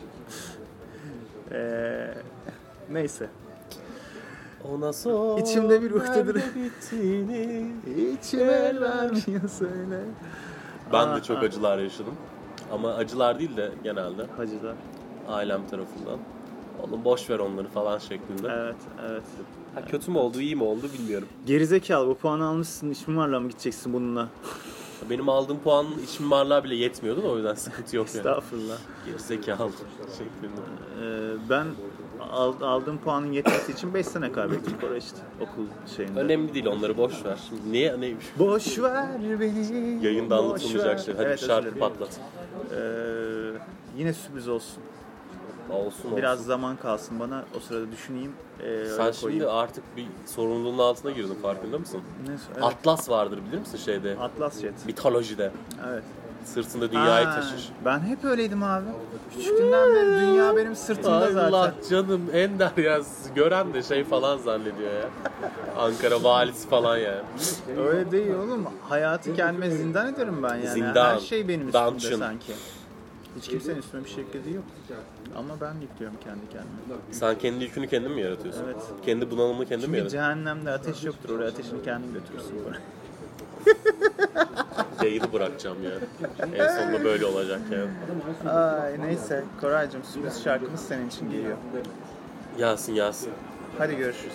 Speaker 3: Neyse.
Speaker 2: ona sor.
Speaker 3: İçimde bir ukdedir.
Speaker 2: nerede bittiğini.
Speaker 3: İçim el vermiyor söyle.
Speaker 2: Ben de çok acılar yaşadım. Ama acılar değil de genelde
Speaker 3: Hacılar.
Speaker 2: ailem tarafından. Oğlum boş ver onları falan şeklinde.
Speaker 3: Evet.
Speaker 2: Ha, kötü mü oldu, iyi mi oldu bilmiyorum.
Speaker 3: Gerizekalı bu puanı almışsın. İş mimarlığa mı gideceksin bununla?
Speaker 2: Benim aldığım puan iç mimarlığa bile yetmiyordu da o yüzden sıkıntı yok yani.
Speaker 3: Estağfurullah.
Speaker 2: Gerizekalı şeklinde.
Speaker 3: Ben aldığım puanın yetmesi için 5 sene kaybettim Koray işte okul şeyinde.
Speaker 2: Önemli değil, onları boş ver. Şimdi niye neymiş?
Speaker 3: Boş ver beni.
Speaker 2: Yayında
Speaker 3: boş
Speaker 2: anlatılmayacak
Speaker 3: ver.
Speaker 2: şey. Hadi
Speaker 3: Evet,
Speaker 2: bir şarkı
Speaker 3: özür dilerim.
Speaker 2: patlat.
Speaker 3: Yine sürpriz olsun.
Speaker 2: Olsun
Speaker 3: Biraz
Speaker 2: olsun.
Speaker 3: zaman kalsın bana. O sırada düşüneyim. Öyle
Speaker 2: Sen
Speaker 3: koyayım.
Speaker 2: şimdi artık bir sorumluluğun altına girdin, farkında mısın?
Speaker 3: Neyse, evet.
Speaker 2: Atlas vardır bilir misin şeyde?
Speaker 3: Atlas Jet.
Speaker 2: Mitolojide.
Speaker 3: Evet.
Speaker 2: Sırtında dünyayı
Speaker 3: Ha,
Speaker 2: taşır.
Speaker 3: Ben hep öyleydim abi. Küçüklüğümden beri dünya benim sırtımda zaten.
Speaker 2: Allah canım Ender ya, gören de şey falan zannediyor ya. Ankara valisi falan yani.
Speaker 3: Öyle değil oğlum. Hayatı kendime zindan ederim ben yani.
Speaker 2: Zindan.
Speaker 3: Her şey benim üstümde
Speaker 2: Dungeon.
Speaker 3: sanki. Hiç kimsenin üstüme bir şey yüklediği yok. Ama ben yüklüyorum kendi kendime.
Speaker 2: Sen kendi yükünü kendin mi yaratıyorsun?
Speaker 3: Evet.
Speaker 2: Kendi bunalımını kendin mi
Speaker 3: Çünkü
Speaker 2: yaratıyorsun?
Speaker 3: cehennemde ateş yoktur. Oraya ateşini kendin götürürsün.
Speaker 2: Yayını bırakacağım ya. En sonunda böyle olacak yani.
Speaker 3: Ay neyse Koraycığım sürpriz şarkımız senin için geliyor.
Speaker 2: Gelsin.
Speaker 3: Hadi görüşürüz.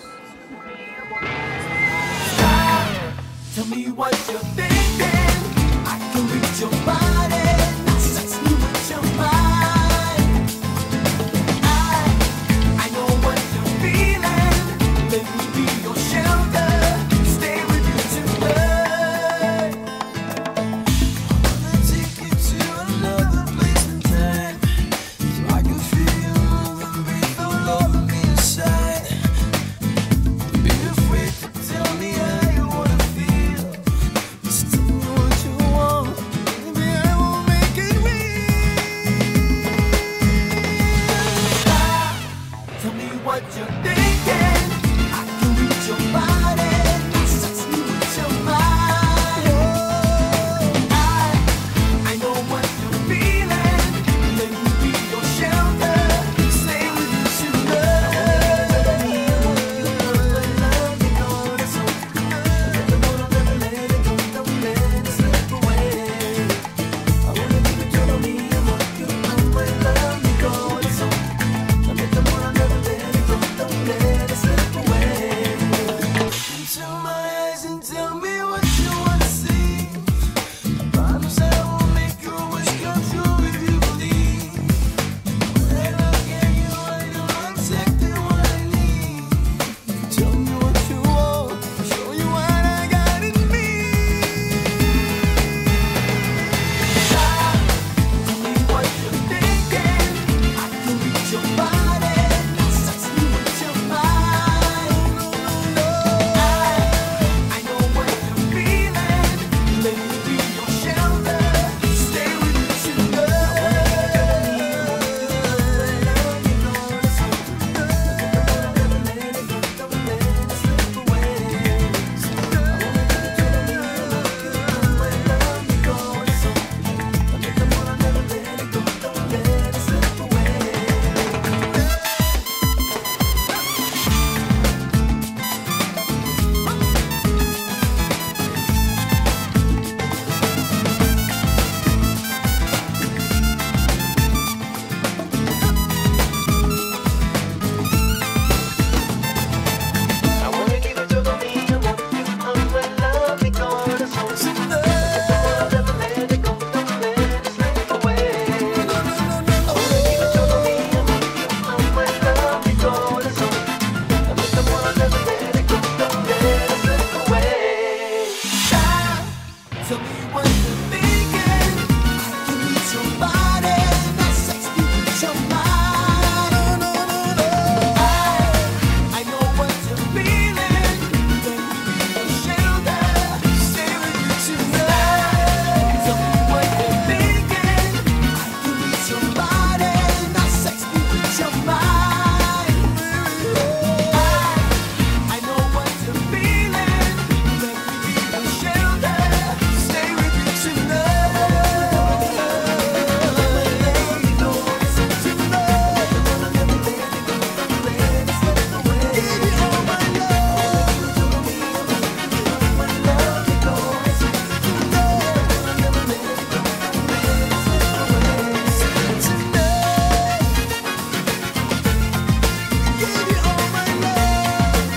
Speaker 4: Tell me what you're thinking. I can read your body. Touch me with your mind. I know what you're feeling. Let me be your shelter. Stay with you tonight. Wanna take you to another place and time, so I can feel you move and breathe all over me inside. Be afraid to tell me how you wanna feel. Just tell me what you want. Maybe I will make it real. Tell me what you're thinking. I can read your body. Touch me with your mind. I know what you're feeling. Let me be your shelter. Stay with you tonight. Love you, know it's okay. Never let it go, don't let it slip away. I wanna be with you, know me, I want you, my love you, know it's okay. Never let it go, don't let it slip away. Into my eyes and tell me what you wanna see. I promise I will make your wish come true if you believe. When I look at you, I know exactly what I need. Tell me what you want, I'll show you what I got in me. Tell me what you're thinking. I can read your body. Touch me with your mind. I know what you're feeling. Let me be your shelter. Stay with you tonight. You know it's okay. Never let it go, don't let it slip away. I wanna give it to me, I love you, my love you, know it's okay. Never let it go, don't let it slip away. I wanna give it to me, I want you, my love, we gonna so tonight. Never let it go, don't let it slip away. I wanna give it to me, I want you, my love, we gonna so never let it go, don't let it slip away. Tell me what you're thinking. I can read your body, not sex me with your mind. I know what you're feeling. Let me be your shelter. Stay with you tonight. Tell me what you're thinking. I can read your body, not sex me with your mind. I know what you're feeling. Let me be your shelter. Stay with you tonight. You know it's tonight. Never let it go, don't let it slip away. Give you all my love. My love, you know it's tonight. Never let it go, don't let it slip away. Tonight. Give you all my love.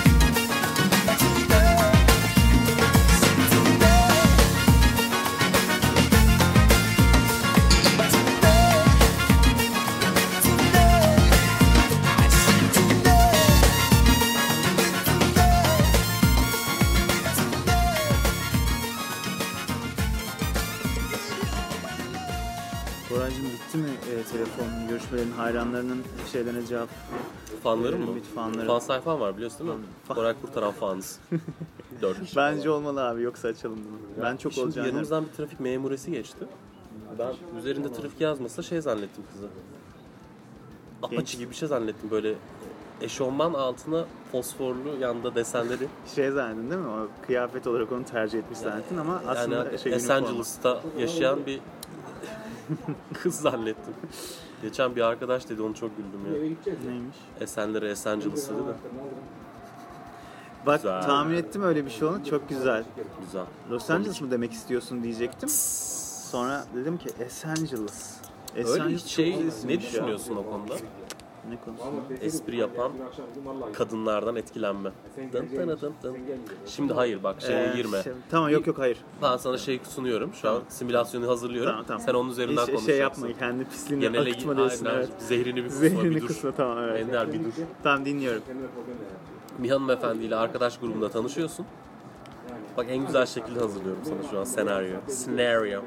Speaker 1: Koraycığım bitti mi telefon görüşmelerin, hayranlarının şeylerine cevap?
Speaker 2: Fanlarım mı?
Speaker 1: Bir fanları.
Speaker 2: Fan sayfam var biliyorsun değil mi? Koray Kurtaran fans. 4.
Speaker 1: Bence olmalı abi, yoksa açalım bunu. Ben çok
Speaker 2: Şimdi
Speaker 1: olacağını.
Speaker 2: yanımızdan bir trafik memuresi geçti. Ben üzerinde trafik yazmasa şey zannettim kızı. Apache gibi bir şey zannettim, böyle eşofman altına fosforlu yanda desenleri.
Speaker 1: Şey zannedin değil mi? O kıyafet olarak onu tercih etmiş zannettin ama aslında
Speaker 2: Yani
Speaker 1: şey
Speaker 2: Los Angeles'ta yaşayan bir kız zannettim. Geçen bir arkadaş dedi, onu çok güldüm ya.
Speaker 1: neymiş?
Speaker 2: Esenleri Los Angeles'ı dedi.
Speaker 1: Bak
Speaker 2: Güzel.
Speaker 1: tahmin ettim öyle bir şey olduğunu. Çok güzel.
Speaker 2: Güzel.
Speaker 1: Los Angeles mı demek istiyorsun diyecektim. Sonra dedim ki Los Angeles. Los
Speaker 2: Öyle
Speaker 1: Angeles
Speaker 2: şey,
Speaker 1: çok güzel
Speaker 2: ne
Speaker 1: isimmiş ya.
Speaker 2: düşünüyorsun o konuda?
Speaker 1: Ne konusunda?
Speaker 2: Espri yapan kadınlardan etkilenme. Dın dın dın dın. Şimdi hayır bak şeye girme.
Speaker 1: Tamam yok hayır.
Speaker 2: Ben sana şey sunuyorum. Şu an simülasyonu hazırlıyorum.
Speaker 1: Tamam.
Speaker 2: Sen onun üzerinden
Speaker 1: Hiç
Speaker 2: konuşacaksın.
Speaker 1: şey yapma kendi pisliğini
Speaker 2: Genele
Speaker 1: akıtma diyorsun.
Speaker 2: aynen,
Speaker 1: Evet.
Speaker 2: zehrini bir kusma
Speaker 1: Zehrini
Speaker 2: bir dur.
Speaker 1: kısma tamam evet.
Speaker 2: Ender bir dur.
Speaker 1: Tamam dinliyorum.
Speaker 2: Bir hanımefendiyle arkadaş grubunda tanışıyorsun. Bak en güzel şekilde hazırlıyorum sana şu an senaryo.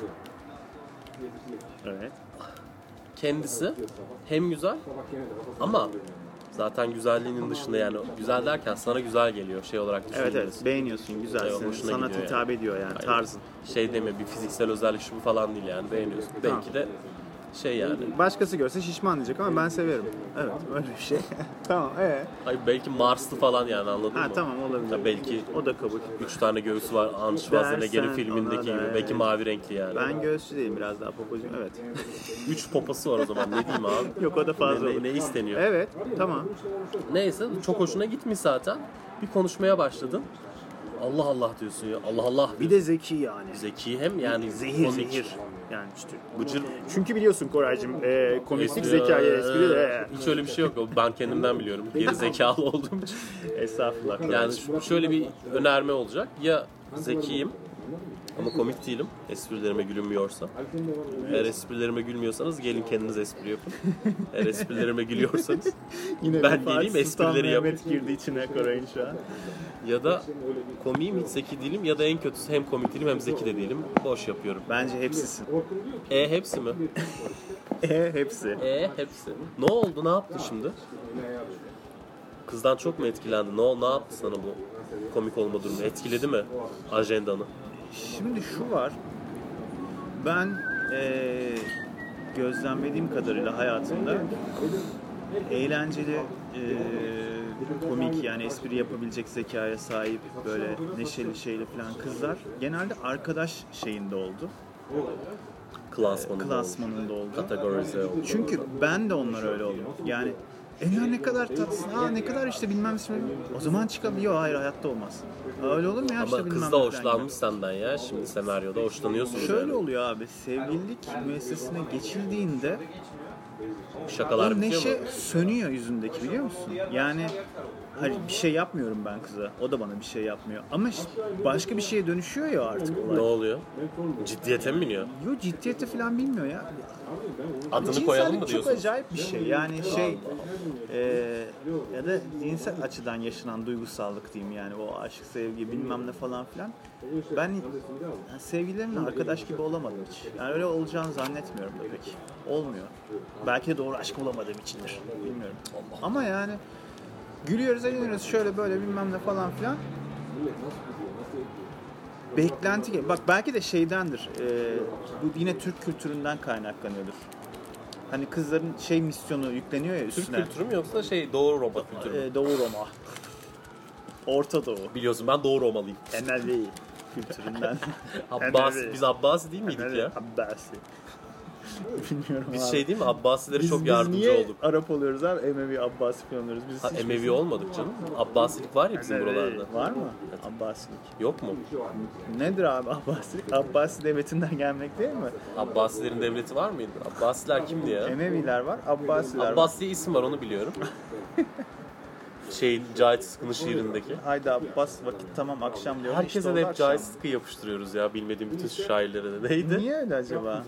Speaker 1: Evet.
Speaker 2: Kendisi hem güzel ama zaten güzelliğinin dışında yani güzel derken sana güzel geliyor şey olarak
Speaker 1: Evet
Speaker 2: düşünüyorsun.
Speaker 1: evet beğeniyorsun güzel.
Speaker 2: Evet,
Speaker 1: Senin
Speaker 2: hoşuna
Speaker 1: sanat
Speaker 2: gidiyor
Speaker 1: hitap ediyor yani
Speaker 2: Aynen.
Speaker 1: tarzın.
Speaker 2: Şey deme bir fiziksel özellik şu bu falan değil yani beğeniyorsun. Belki de şey yani.
Speaker 1: Başkası görse şişman diyecek ama ben severim. Evet öyle bir şey. Tamam
Speaker 2: Hayır belki Marslı falan yani anladın
Speaker 1: Ha
Speaker 2: mı?
Speaker 1: tamam olabilir.
Speaker 2: Ya belki
Speaker 1: O da kabul.
Speaker 2: 3 tane göğsü var Arnold Schwarzenegger'in
Speaker 1: Dersen
Speaker 2: filmindeki
Speaker 1: ona da,
Speaker 2: gibi. Belki
Speaker 1: evet.
Speaker 2: mavi renkli yani.
Speaker 1: Ben göğüsçü değilim biraz daha popocuyum evet.
Speaker 2: 3 poposu var o zaman ne diyeyim abi?
Speaker 1: Yok o da fazla olur.
Speaker 2: Ne isteniyor?
Speaker 1: Evet tamam.
Speaker 2: Neyse çok hoşuna gitmiş zaten. Bir konuşmaya başladın. Allah Allah diyorsun ya. Allah Allah.
Speaker 1: Bir de zeki yani.
Speaker 2: Zeki hem yani
Speaker 1: Zehir
Speaker 2: komik.
Speaker 1: zehir. Yani işte
Speaker 2: Bıcır.
Speaker 1: çünkü biliyorsun Koraycığım komiklik
Speaker 2: Espri-
Speaker 1: zekaya espri de.
Speaker 2: Hiç öyle bir şey yok. Ben kendimden biliyorum. Geri zekalı olduğum için.
Speaker 1: Estağfurullah.
Speaker 2: Yani
Speaker 1: Koraycığım.
Speaker 2: şöyle bir önerme olacak. Ya zekiyim ama komik değilim. Esprilerime gülünmüyorsa. Eğer esprilerime gülmüyorsanız gelin kendiniz espri yapın. Eğer esprilerime gülüyorsanız
Speaker 1: Yine
Speaker 2: ben
Speaker 1: bir
Speaker 2: geleyim
Speaker 1: Fatih Sultan
Speaker 2: esprileri yapın.
Speaker 1: Mehmet girdi içine Koray'ın şu an.
Speaker 2: Ya da komiyim hiç zeki değilim ya da en kötüsü hem komik değilim hem zeki de değilim. Boş yapıyorum.
Speaker 1: Bence hepsisin.
Speaker 2: Hepsi mi?
Speaker 1: Hepsi.
Speaker 2: Hepsi. Ne oldu? Ne yaptın şimdi? Kızdan çok mu etkilendi? Ne yaptı sana bu komik olma durumu? Etkiledi mi ajendanı?
Speaker 1: Şimdi şu var. Ben gözlemlediğim kadarıyla hayatımda eğlenceli, komik yani espri yapabilecek zekaya sahip böyle neşeli şeyli falan kızlar genelde arkadaş şeyinde oldu. Klasmanında oldu.
Speaker 2: Kategorize oldu.
Speaker 1: Çünkü ben de onlar öyle oldum. Yani Enver ne kadar tatlısın, ne kadar işte bilmem ne. O zaman çıkabiliyor. Hayır hayatta olmaz. Öyle olur mu ya işte
Speaker 2: Ama
Speaker 1: bilmem
Speaker 2: kız
Speaker 1: ne
Speaker 2: da
Speaker 1: falan
Speaker 2: hoşlanmış senden ya. Şimdi senaryoda hoşlanıyorsunuz
Speaker 1: gibi. Şöyle
Speaker 2: yani.
Speaker 1: oluyor abi. Sevgililik müessesesine geçildiğinde
Speaker 2: Şakalar
Speaker 1: o
Speaker 2: bitiyor
Speaker 1: neşe
Speaker 2: mu?
Speaker 1: sönüyor yüzündeki biliyor musun? Yani hani bir şey yapmıyorum ben kıza. O da bana bir şey yapmıyor. Ama başka bir şeye dönüşüyor ya artık olay.
Speaker 2: Ne oluyor? Ciddiyete mi biniyor?
Speaker 1: Yok ciddiyeti falan bilmiyor ya.
Speaker 2: Adını koyalım mı
Speaker 1: Cinsellik
Speaker 2: diyorsun?
Speaker 1: çok acayip bir şey. Yani ya da cinsel açıdan yaşanan duygusallık diyeyim yani o aşk, sevgi bilmem ne falan filan. Ben yani sevgililerimle arkadaş gibi olamadım hiç. Yani öyle olacağını zannetmiyorum da pek. Olmuyor. Belki de doğru aşk bulamadığım içindir. Bilmiyorum. Ama yani gülüyoruz, eğleniyoruz şöyle böyle bilmem ne falan filan. Beklenti, bak belki de şeydendir, bu yine Türk kültüründen kaynaklanıyordur. Hani kızların misyonu yükleniyor ya
Speaker 2: Türk
Speaker 1: üstüne.
Speaker 2: kültürü mü yoksa Doğu Roma kültürü mü?
Speaker 1: Doğu Roma. Orta Doğu.
Speaker 2: Biliyorsun ben Doğu Romalıyım.
Speaker 1: Emevi kültüründen.
Speaker 2: Biz Abbasi değil miydik
Speaker 1: Emevi,
Speaker 2: ya?
Speaker 1: Abbasi. Bilmiyorum
Speaker 2: Biz
Speaker 1: abi.
Speaker 2: şey değil mi? Abbasilere
Speaker 1: Biz
Speaker 2: çok yardımcı
Speaker 1: niye
Speaker 2: olduk.
Speaker 1: Arap oluyoruz abi? Emevi, Abbasi falan oluyoruz. Biz hiç-
Speaker 2: Emevi olmadık canım. Abbasilik var ya bizim
Speaker 1: Emevi
Speaker 2: buralarda.
Speaker 1: var mı? Abbasilik.
Speaker 2: Yok mu?
Speaker 1: Nedir abi Abbasilik? Abbasi devletinden gelmek değil mi?
Speaker 2: Abbasilerin devleti var mıydı? Abbasiler kimdi ya?
Speaker 1: Emeviler var, Abbasiler var.
Speaker 2: Abbas diye isim var onu biliyorum. Cahit Sıtkı'nın şiirindeki.
Speaker 1: Haydi Abbas vakit tamam akşam diyor.
Speaker 2: Herkese
Speaker 1: işte
Speaker 2: de
Speaker 1: oldu
Speaker 2: hep
Speaker 1: akşam.
Speaker 2: Cahit Sıtkı yapıştırıyoruz ya bilmediğim bütün şairlere de. Neydi?
Speaker 1: Niye öyle acaba?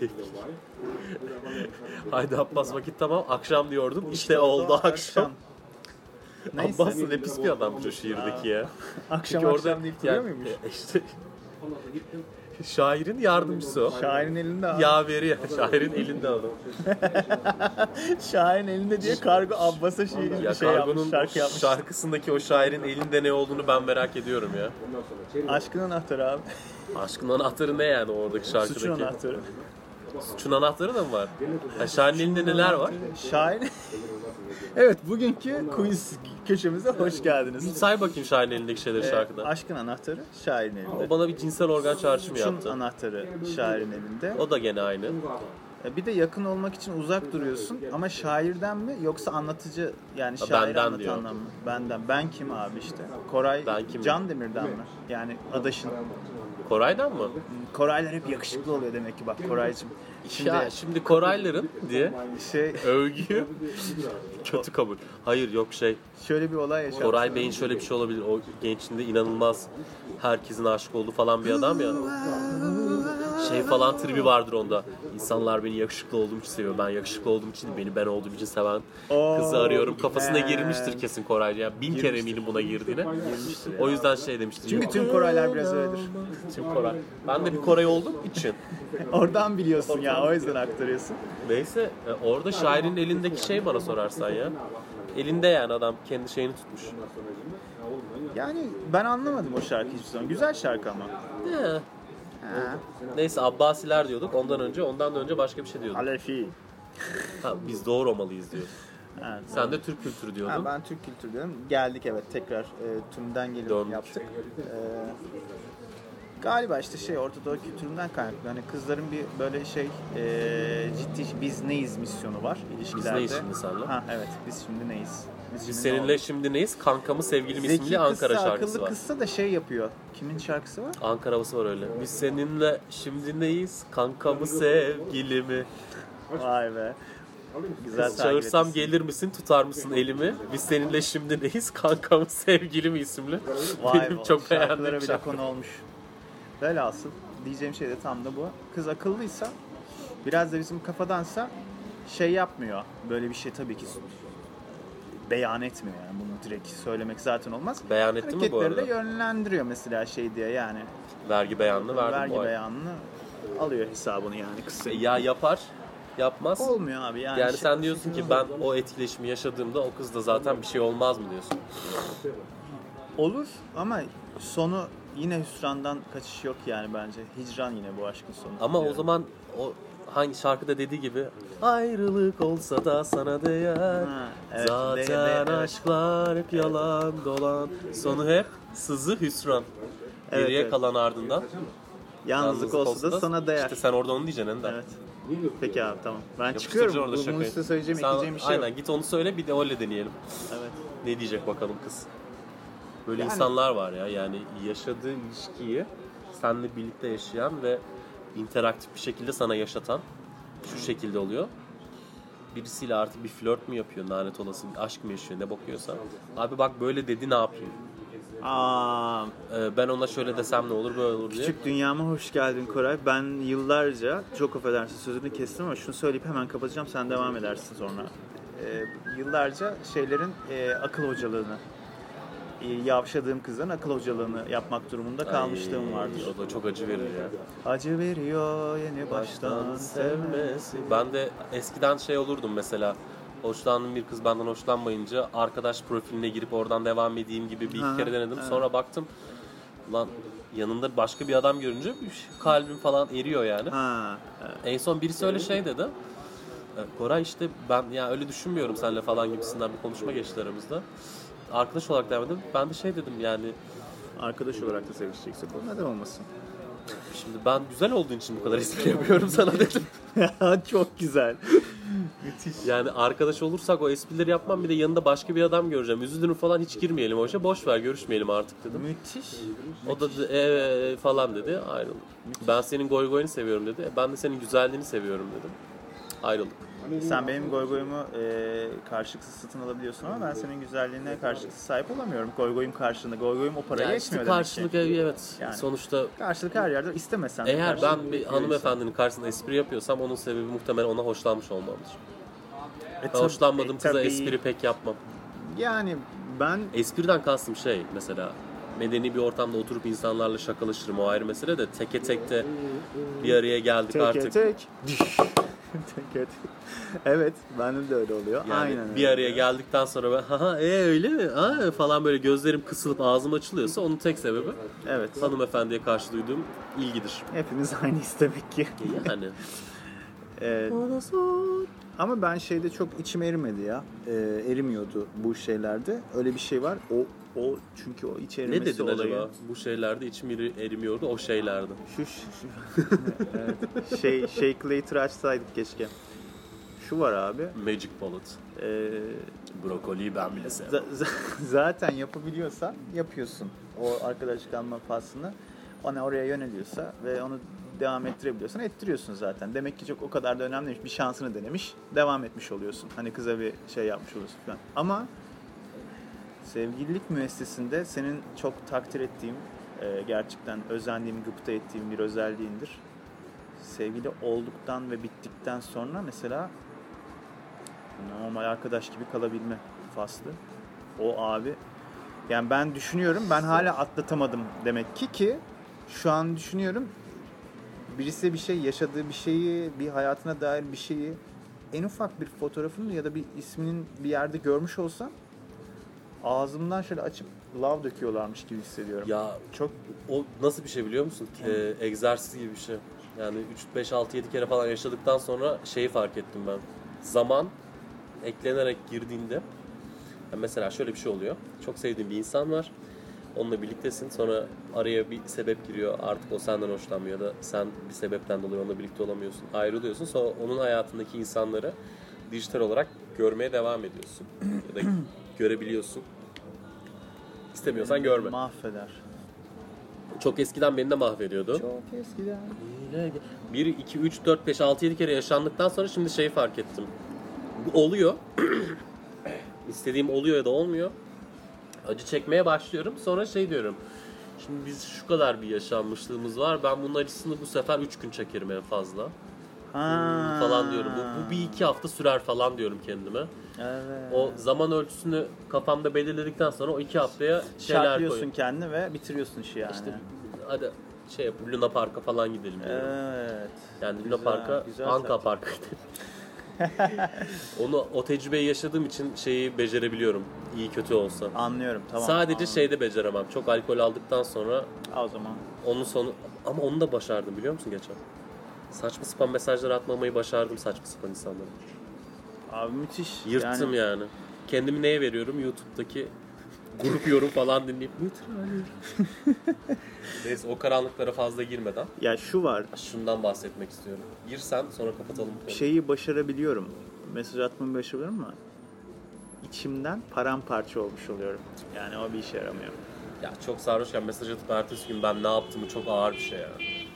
Speaker 2: Haydi Abbas vakit tamam akşam diyordum. İşte oldu akşam.
Speaker 1: Neyse.
Speaker 2: Abbas ne pis bir adammış o şiirdeki ya.
Speaker 1: Akşam
Speaker 2: Çünkü
Speaker 1: akşam deyip duruyor muymuş?
Speaker 2: işte şairin yardımcısı o.
Speaker 1: Şairin elinde abi.
Speaker 2: Yaveri ya. Şairin elinde adam.
Speaker 1: Şairin elinde diye kargo Abbas'a
Speaker 2: Ya
Speaker 1: yapmış,
Speaker 2: Kargo'nun
Speaker 1: şarkı yapmış.
Speaker 2: şarkısındaki o şairin elinde ne olduğunu ben merak ediyorum ya.
Speaker 1: Aşkın anahtarı abi.
Speaker 2: Aşkın anahtarı ne yani oradaki şarkıdaki?
Speaker 1: Suçun anahtarı.
Speaker 2: Suçun anahtarı da mı var? Ya şairin elinde neler var?
Speaker 1: Şair... Evet bugünkü quiz köşemize hoş geldiniz.
Speaker 2: Bir say bakayım şairin elindeki şeyleri şarkıda.
Speaker 1: Aşkın anahtarı şairin elinde.
Speaker 2: O bana bir cinsel organ çağrışımı
Speaker 1: Suçun
Speaker 2: yaptı.
Speaker 1: anahtarı şairin elinde.
Speaker 2: O da gene aynı.
Speaker 3: Bir de yakın olmak için uzak duruyorsun ama şairden mi yoksa anlatıcı yani şair
Speaker 2: Benden
Speaker 3: anlatandan
Speaker 2: diyor.
Speaker 3: mı? Benden. Ben kim abi işte? Koray
Speaker 2: Ben kimim?
Speaker 3: Can Demir'den mi? Yani adaşın.
Speaker 2: Koray'dan mı?
Speaker 3: Koraylar hep yakışıklı oluyor demek ki bak Koraycığım.
Speaker 2: Şimdi Korayların diye
Speaker 3: Şey
Speaker 2: övgüyü kötü kabul. Hayır yok
Speaker 3: şöyle bir olay yaşadım.
Speaker 2: Koray Bey'in şöyle bir şey olabilir. O gençliğinde inanılmaz herkesin aşık olduğu falan bir adam ya. Falan tribi vardır onda. İnsanlar beni yakışıklı olduğum için seviyor. Ben yakışıklı olduğum için beni ben olduğum için seven kızı arıyorum. Kafasına girmiştir kesin Koray. Ya 1000 kere eminim buna girdiğine. O yüzden demiştir.
Speaker 3: Çünkü tüm Koraylar biraz öyledir.
Speaker 2: Tüm Koray. Ben de bir Koray olduğum için.
Speaker 3: Oradan biliyorsun ya o yüzden aktarıyorsun.
Speaker 2: Neyse orada şairin elindeki bana sorarsan ya. Elinde yani adam kendi şeyini tutmuş.
Speaker 3: Yani ben anlamadım o şarkıyı hiçbir zaman. Güzel şarkı ama.
Speaker 2: Ya. Neyse Abbasiler diyorduk. Ondan da önce başka bir şey diyorduk.
Speaker 3: Alefi.
Speaker 2: Biz Doğu Romalıyız diyor.
Speaker 3: Evet.
Speaker 2: Sen de Türk kültürü diyordun.
Speaker 3: Ben Türk kültürü diyorum. Geldik evet tekrar tümden gelip
Speaker 2: Döndük.
Speaker 3: yaptık. Galiba işte Orta Doğu kültüründen kaynaklı. Hani kızların bir böyle ciddi biz neyiz misyonu var ilişkilerde.
Speaker 2: Biz neyiz şimdi seninle?
Speaker 3: Ha evet biz şimdi neyiz?
Speaker 2: Biz
Speaker 3: şimdi
Speaker 2: seninle
Speaker 3: ne oldu?
Speaker 2: şimdi neyiz? Kankamı sevgilim
Speaker 3: Zeki
Speaker 2: isimli Ankara
Speaker 3: kızsa,
Speaker 2: şarkısı
Speaker 3: akıllı
Speaker 2: var.
Speaker 3: kızsa da yapıyor. Kimin şarkısı var?
Speaker 2: Ankara havası var öyle. Biz seninle şimdi neyiz? Kankamı sevgilimi.
Speaker 3: Vay be. Güzel
Speaker 2: Kız
Speaker 3: takip
Speaker 2: çağırsam
Speaker 3: etmişsin.
Speaker 2: gelir misin tutar mısın elimi? Biz seninle şimdi neyiz? Kankamı sevgilimi isimli.
Speaker 3: Vay
Speaker 2: Benim
Speaker 3: be,
Speaker 2: çok
Speaker 3: şarkılara
Speaker 2: beğendiğim
Speaker 3: bile
Speaker 2: şarkı.
Speaker 3: konu olmuş. Velhasıl diyeceğim şey de tam da bu. Kız akıllıysa biraz da bizim kafadansa yapmıyor. Böyle bir şey tabii ki beyan etmiyor yani bunu direkt söylemek zaten olmaz.
Speaker 2: Beyan etti mi bu
Speaker 3: Hareketleri de
Speaker 2: arada?
Speaker 3: yönlendiriyor mesela diye yani.
Speaker 2: Vergi beyanını verdim
Speaker 3: Vergi
Speaker 2: bu ay.
Speaker 3: beyanını alıyor hesabını yani kısa.
Speaker 2: Ya yapar, yapmaz.
Speaker 3: Olmuyor abi yani.
Speaker 2: Yani sen diyorsun ki ben o etkileşimi yaşadığımda o kızda zaten bir şey olmaz mı diyorsun?
Speaker 3: Olur ama sonu yine hüsrandan kaçış yok yani bence. Hicran yine bu aşkın sonu.
Speaker 2: Ama o
Speaker 3: diyorum.
Speaker 2: zaman o hangi şarkıda dediği gibi ayrılık olsa da sana değer.
Speaker 3: Ha, evet,
Speaker 2: Zaten
Speaker 3: evet.
Speaker 2: aşklar hep yalan dolan. Sonu hep sızı hüsran.
Speaker 3: Evet,
Speaker 2: Geriye
Speaker 3: evet.
Speaker 2: kalan ardından
Speaker 3: Yalnızlık olsa da sana değer.
Speaker 2: İşte sen orada onu diyeceksin Ender.
Speaker 3: Evet. Peki abi tamam. Ben
Speaker 2: Yapıştıracaksın
Speaker 3: çıkıyorum.
Speaker 2: orada
Speaker 3: Bunun
Speaker 2: şakayı.
Speaker 3: üstüne söyleyeceğim,
Speaker 2: Sen-
Speaker 3: ekleyeceğim bir şey
Speaker 2: Aynen
Speaker 3: yok.
Speaker 2: git onu söyle bir de öyle deneyelim.
Speaker 3: Evet.
Speaker 2: Ne diyecek bakalım kız. Böyle
Speaker 3: Yani-
Speaker 2: insanlar var ya yani yaşadığı ilişkiyi seninle birlikte yaşayan ve interaktif bir şekilde sana yaşatan şu şekilde oluyor. Birisiyle artık bir flört mü yapıyor, lanet olası bir aşk mı yaşıyor, ne bakıyorsa. Abi bak böyle dedi, ne yapayım? Ben ona şöyle desem ne olur, böyle olur diye.
Speaker 3: Küçük dünyama hoş geldin Koray. Ben yıllarca, çok affedersin sözünü kestim ama şunu söyleyip hemen kapatacağım, sen devam edersin sonra. Yıllarca akıl hocalığını, yavşadığım kızların akıl hocalığını yapmak durumunda kalmışlığım vardır.
Speaker 2: O da çok acı verir ya.
Speaker 3: Acı veriyor yeni baştan sevmesi.
Speaker 2: Ben de eskiden olurdum mesela. Hoşlandığım bir kız benden hoşlanmayınca arkadaş profiline girip oradan devam edeyim gibi bir iki kere denedim. Sonra baktım lan yanında başka bir adam görünce kalbim falan eriyor yani.
Speaker 3: Evet.
Speaker 2: En son birisi öyle dedi. Koray işte ben ya öyle düşünmüyorum seninle falan gibisinden bir konuşma geçti aramızda. Arkadaş olarak devam edelim. Ben de dedim yani
Speaker 3: Arkadaş olarak da sevişeceksek o neden olmasın?
Speaker 2: şimdi ben güzel olduğun için bu kadar espri yapıyorum sana dedim.
Speaker 3: Çok güzel. Müthiş.
Speaker 2: Yani arkadaş olursak o esprileri yapmam, bir de yanında başka bir adam göreceğim. Üzülürüm falan, hiç girmeyelim o işe. Boş ver, görüşmeyelim artık dedim.
Speaker 3: Müthiş.
Speaker 2: O da falan dedi. Ayrıldık. Ben senin goy goyunu seviyorum dedi. Ben de senin güzelliğini seviyorum dedim. Ayrıldık.
Speaker 3: Sen benim goygoyumu karşılıksız satın alabiliyorsun ama ben senin güzelliğine karşılıksız sahip olamıyorum. Goygoyum karşılığında. Goygoyum o paraya
Speaker 2: Yani
Speaker 3: geçmiyor
Speaker 2: işte
Speaker 3: demek
Speaker 2: karşılık
Speaker 3: ki.
Speaker 2: Evet.
Speaker 3: Yani.
Speaker 2: Sonuçta
Speaker 3: Karşılık her yerde istemesen de
Speaker 2: eğer
Speaker 3: karşılık
Speaker 2: ben bir
Speaker 3: verirsen.
Speaker 2: hanımefendinin karşısında espri yapıyorsam onun sebebi muhtemelen ona hoşlanmış olmamdır. Ben
Speaker 3: tabii-
Speaker 2: hoşlanmadığım kıza
Speaker 3: tabii.
Speaker 2: espri pek yapmam.
Speaker 3: Yani ben
Speaker 2: Espriden kastım mesela medeni bir ortamda oturup insanlarla şakalaşırım, o ayrı mesele de teke tekte bir araya geldik artık.
Speaker 3: tek. Tek. Evet, bende de öyle oluyor.
Speaker 2: Yani
Speaker 3: Aynen
Speaker 2: bir
Speaker 3: öyle.
Speaker 2: araya geldikten sonra ben öyle mi? Falan böyle gözlerim kısılıp ağzım açılıyorsa onun tek sebebi
Speaker 3: Evet.
Speaker 2: hanımefendiye karşı duyduğum ilgidir.
Speaker 3: Hepimiz aynıyız demek ki.
Speaker 2: Yani
Speaker 3: Ama ben çok içim erimedi ya. Erimiyordu bu şeylerde. Öyle bir şey var. O O çünkü o iç
Speaker 2: Ne
Speaker 3: erimesi
Speaker 2: dedin
Speaker 3: olayı.
Speaker 2: acaba? Bu şeylerde içim erimiyordu, o şeylerde.
Speaker 3: Şu evet. Shake'later açsaydık keşke. Şu var abi.
Speaker 2: Magic Bullet.
Speaker 3: Ee,
Speaker 2: Brokoliyi ben bile sevmem.
Speaker 3: zaten yapabiliyorsan yapıyorsun. O arkadaşlık alma faslını ona oraya yöneliyorsa ve onu devam ettirebiliyorsan ettiriyorsun zaten. Demek ki çok o kadar da önemli değil. Bir şansını denemiş, devam etmiş oluyorsun. Hani kıza bir şey yapmış oluyorsun falan. Ama sevgililik müessesinde senin çok takdir ettiğim, gerçekten özendiğim, gıpta ettiğim bir özelliğindir. Sevgili olduktan ve bittikten sonra mesela normal arkadaş gibi kalabilme faslı. O abi. Yani ben düşünüyorum, ben hala atlatamadım demek ki şu an düşünüyorum, birisi bir şey, yaşadığı bir şeyi, bir hayatına dair bir şeyi en ufak bir fotoğrafını ya da bir isminin bir yerde görmüş olsam ağzımdan şöyle açıp lav döküyorlarmış gibi hissediyorum.
Speaker 2: Ya
Speaker 3: Çok
Speaker 2: o nasıl bir şey biliyor musun? Egzersiz gibi bir şey. Yani 3-5-6-7 kere falan yaşadıktan sonra şeyi fark ettim ben. Zaman eklenerek girdiğinde, yani mesela şöyle bir şey oluyor. Çok sevdiğin bir insan var. Onunla birliktesin. Sonra araya bir sebep giriyor. Artık o senden hoşlanmıyor ya da sen bir sebepten dolayı onunla birlikte olamıyorsun. Ayrılıyorsun. Sonra onun hayatındaki insanları dijital olarak görmeye devam ediyorsun. Ya da görebiliyorsun. İstemiyorsan görme.
Speaker 3: mahveder.
Speaker 2: Çok eskiden beni de mahvediyordu.
Speaker 3: Çok eskiden.
Speaker 2: 1, 2, 3, 4, 5, 6, 7 kere yaşandıktan sonra şimdi şeyi fark ettim. Bu oluyor. İstediğim oluyor ya da olmuyor. Acı çekmeye başlıyorum. Sonra şey diyorum. Şimdi biz şu kadar bir yaşanmışlığımız var. Ben bunun acısını bu sefer 3 gün çekerim en fazla. Falan diyorum. Bu bir 2 hafta sürer falan diyorum kendime.
Speaker 3: Evet.
Speaker 2: O zaman ölçüsünü kafamda belirledikten sonra o 2 haftaya şeyler
Speaker 3: Şartlıyorsun
Speaker 2: koyuyorum.
Speaker 3: kendini ve bitiriyorsun işi yani.
Speaker 2: İşte hadi şey yap, Luna Park'a falan gidelim diyorum.
Speaker 3: Evet.
Speaker 2: Yani
Speaker 3: Güzel,
Speaker 2: Luna Park'a,
Speaker 3: güzel
Speaker 2: Anka
Speaker 3: taktik.
Speaker 2: Park'a gidelim. O tecrübeyi yaşadığım için şeyi becerebiliyorum. İyi kötü olsa.
Speaker 3: Anlıyorum, tamam.
Speaker 2: Sadece
Speaker 3: anladım.
Speaker 2: şeyde beceremem. Çok alkol aldıktan sonra
Speaker 3: O zaman.
Speaker 2: onun sonu, ama onu da başardım biliyor musun geçen? Saçma sapan mesajlar atmamayı başardım saçma sapan insanlara.
Speaker 3: Abi müthiş.
Speaker 2: Yırttım yani. Kendimi neye veriyorum? YouTube'daki grup yorum falan dinleyip neyse, o karanlıklara fazla girmeden
Speaker 3: Ya şu var.
Speaker 2: şundan bahsetmek istiyorum. Girsen sonra kapatalım. bu konuyu.
Speaker 3: Şeyi başarabiliyorum. Mesaj atmayı başarabiliyorum ama içimden paramparça olmuş oluyorum. Yani o bir işe yaramıyor.
Speaker 2: Ya çok sarhoşken mesaj atıp ertesi gün ben ne yaptığımı, çok ağır bir şey ya.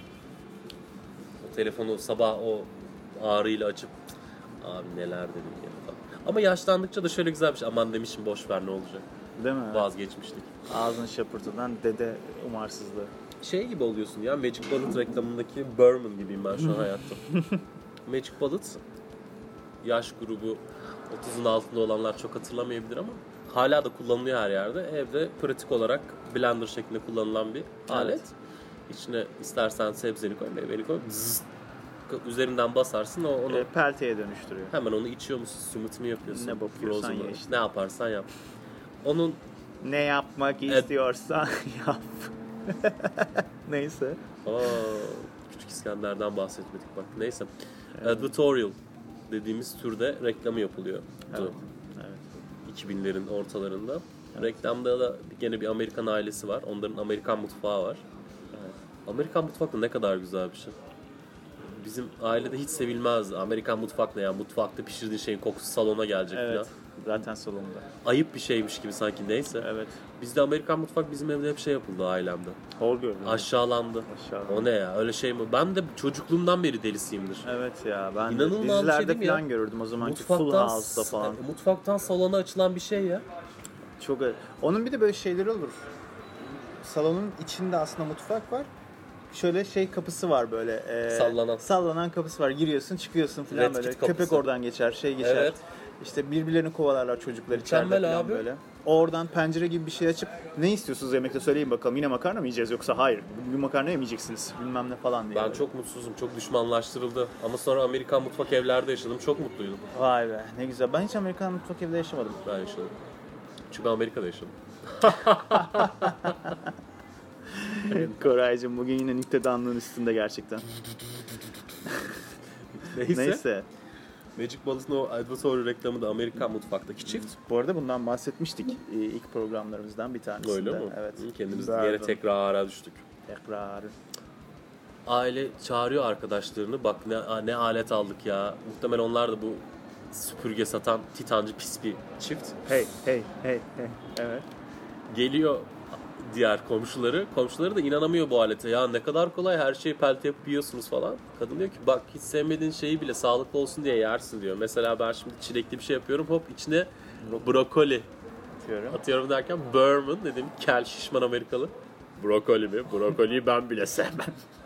Speaker 2: O telefonu sabah o ağrıyla açıp abi neler dedim ya falan. Ama yaşlandıkça da şöyle güzel bir şey. Aman demişim, boş ver, ne olacak.
Speaker 3: Değil mi?
Speaker 2: Vazgeçmiştik.
Speaker 3: Ağzın şapırtıdan dede umarsızlığı.
Speaker 2: Şey gibi oluyorsun ya, Magic Bullet reklamındaki Berman gibiyim ben şu an hayatta. Magic Bullet, yaş grubu 30'un altında olanlar çok hatırlamayabilir ama hala da kullanılıyor her yerde. Evde pratik olarak blender şeklinde kullanılan bir alet. İçine istersen sebzeni koy, meyveni koy. Zzz, üzerinden basarsın, onu
Speaker 3: Pelteye dönüştürüyor.
Speaker 2: hemen onu içiyor musun, smoothie mi yapıyorsun?
Speaker 3: Ne bakıyorsan
Speaker 2: frozen mı?
Speaker 3: ye işte.
Speaker 2: Ne yaparsan yap. Onun
Speaker 3: Ne yapmak istiyorsan yap. Neyse.
Speaker 2: Küçük İskender'den bahsetmedik bak. Neyse. Advertorial dediğimiz türde reklamı yapılıyor.
Speaker 3: Evet.
Speaker 2: 2000'lerin ortalarında. Reklamda da gene bir Amerikan ailesi var. Onların Amerikan mutfağı var. Amerikan mutfak da ne kadar güzel bir şey. Bizim ailede hiç sevilmezdi. Amerikan mutfak ne ya? Mutfakta pişirdiğin şeyin kokusu salona gelecek
Speaker 3: Evet.
Speaker 2: falan.
Speaker 3: Zaten salonda.
Speaker 2: Ayıp bir şeymiş gibi sanki, neyse.
Speaker 3: Evet.
Speaker 2: Bizde Amerikan mutfak bizim evde hep şey yapıldı ailemde.
Speaker 3: Hor gördüm.
Speaker 2: Aşağılandı.
Speaker 3: Aşağılandı.
Speaker 2: O ne ya? Öyle şey mi? Ben de çocukluğumdan beri delisiyimdir.
Speaker 3: Evet ya, ben
Speaker 2: İnanılmaz
Speaker 3: de
Speaker 2: bir şey
Speaker 3: dizilerde
Speaker 2: değil mi ya?
Speaker 3: falan görürdüm o zamanki Full House'da falan.
Speaker 2: Mutfaktan salona açılan bir şey ya.
Speaker 3: Çok. Onun bir de böyle şeyleri olur. Salonun içinde aslında mutfak var. Şöyle şey kapısı var böyle. Sallanan kapısı var. Giriyorsun, çıkıyorsun falan
Speaker 2: Red
Speaker 3: böyle.
Speaker 2: Kit kapısı.
Speaker 3: Köpek oradan geçer, şey geçer.
Speaker 2: Evet.
Speaker 3: İşte birbirlerini kovalarlar çocuklar
Speaker 2: Mükemmel
Speaker 3: içeride falan
Speaker 2: abi.
Speaker 3: böyle. Oradan pencere gibi bir şey açıp ne istiyorsunuz yemekte söyleyin bakalım. Yine makarna mı yiyeceğiz yoksa hayır. Bir makarna yemeyeceksiniz. Bilmem ne falan diye.
Speaker 2: Ben çok mutsuzum. Çok düşmanlaştırıldı. Ama sonra Amerikan mutfak evlerde yaşadım. Çok mutluydum.
Speaker 3: Vay be, ne güzel. Ben hiç Amerikan mutfak evde yaşamadım.
Speaker 2: Ben yaşadım. Çünkü ben Amerika'da yaşadım.
Speaker 3: Koraycığım bugün yine nüktedanlığın üstünde gerçekten.
Speaker 2: Neyse.
Speaker 3: Neyse.
Speaker 2: Magic Balls'ın o Adversary reklamı da Amerikan mutfaktaki çift.
Speaker 3: Bu arada bundan bahsetmiştik ilk programlarımızdan bir tanesinde.
Speaker 2: Öyle mi?
Speaker 3: Evet.
Speaker 2: Kendimiz
Speaker 3: Bourbon.
Speaker 2: yere tekrara düştük.
Speaker 3: Tekrar.
Speaker 2: Aile çağırıyor arkadaşlarını. Bak ne alet aldık ya. Muhtemelen onlar da bu süpürge satan titancı pis bir çift.
Speaker 3: Hey. Evet.
Speaker 2: Geliyor diğer komşuları. Komşuları da inanamıyor bu alete. Ya ne kadar kolay, her şeyi pelte yapıp yiyorsunuz falan. Kadın diyor ki bak hiç sevmediğin şeyi bile sağlıklı olsun diye yersin diyor. Mesela ben şimdi çilekli bir şey yapıyorum. Hop içine brokoli atıyorum derken Berman dedim, kel şişman Amerikalı. Brokoli mi? Brokoliyi ben bile sevmem.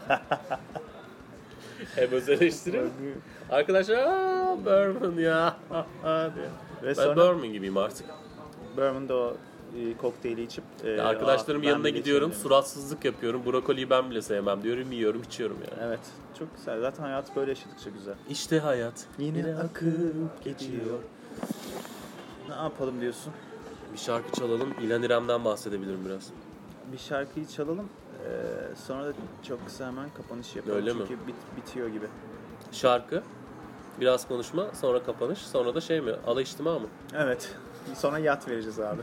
Speaker 2: Hem öz eleştiri. Arkadaşlar Berman ya diye.
Speaker 3: Ve
Speaker 2: Ben
Speaker 3: sonra
Speaker 2: Berman gibiyim artık.
Speaker 3: Bourbon'da o kokteyli içip
Speaker 2: Arkadaşlarım
Speaker 3: ben
Speaker 2: yanına
Speaker 3: bile
Speaker 2: gidiyorum,
Speaker 3: içemiyorum.
Speaker 2: suratsızlık yapıyorum. Brokoliyi ben bile sevmem diyorum, yiyorum, içiyorum yani.
Speaker 3: Evet. Çok güzel. Zaten hayat böyle yaşadıkça güzel.
Speaker 2: İşte hayat
Speaker 3: Yine akıp geçiyor. Ne yapalım diyorsun?
Speaker 2: Bir şarkı çalalım, İlhan İrem'den bahsedebilirim biraz.
Speaker 3: Bir şarkıyı çalalım. Sonra da çok kısa hemen kapanış yapalım.
Speaker 2: Öyle mi?
Speaker 3: Çünkü bitiyor gibi.
Speaker 2: Şarkı, biraz konuşma, sonra kapanış, sonra da şey mi? Alayıştıma mı?
Speaker 3: Evet. Sonra yat vereceğiz abi.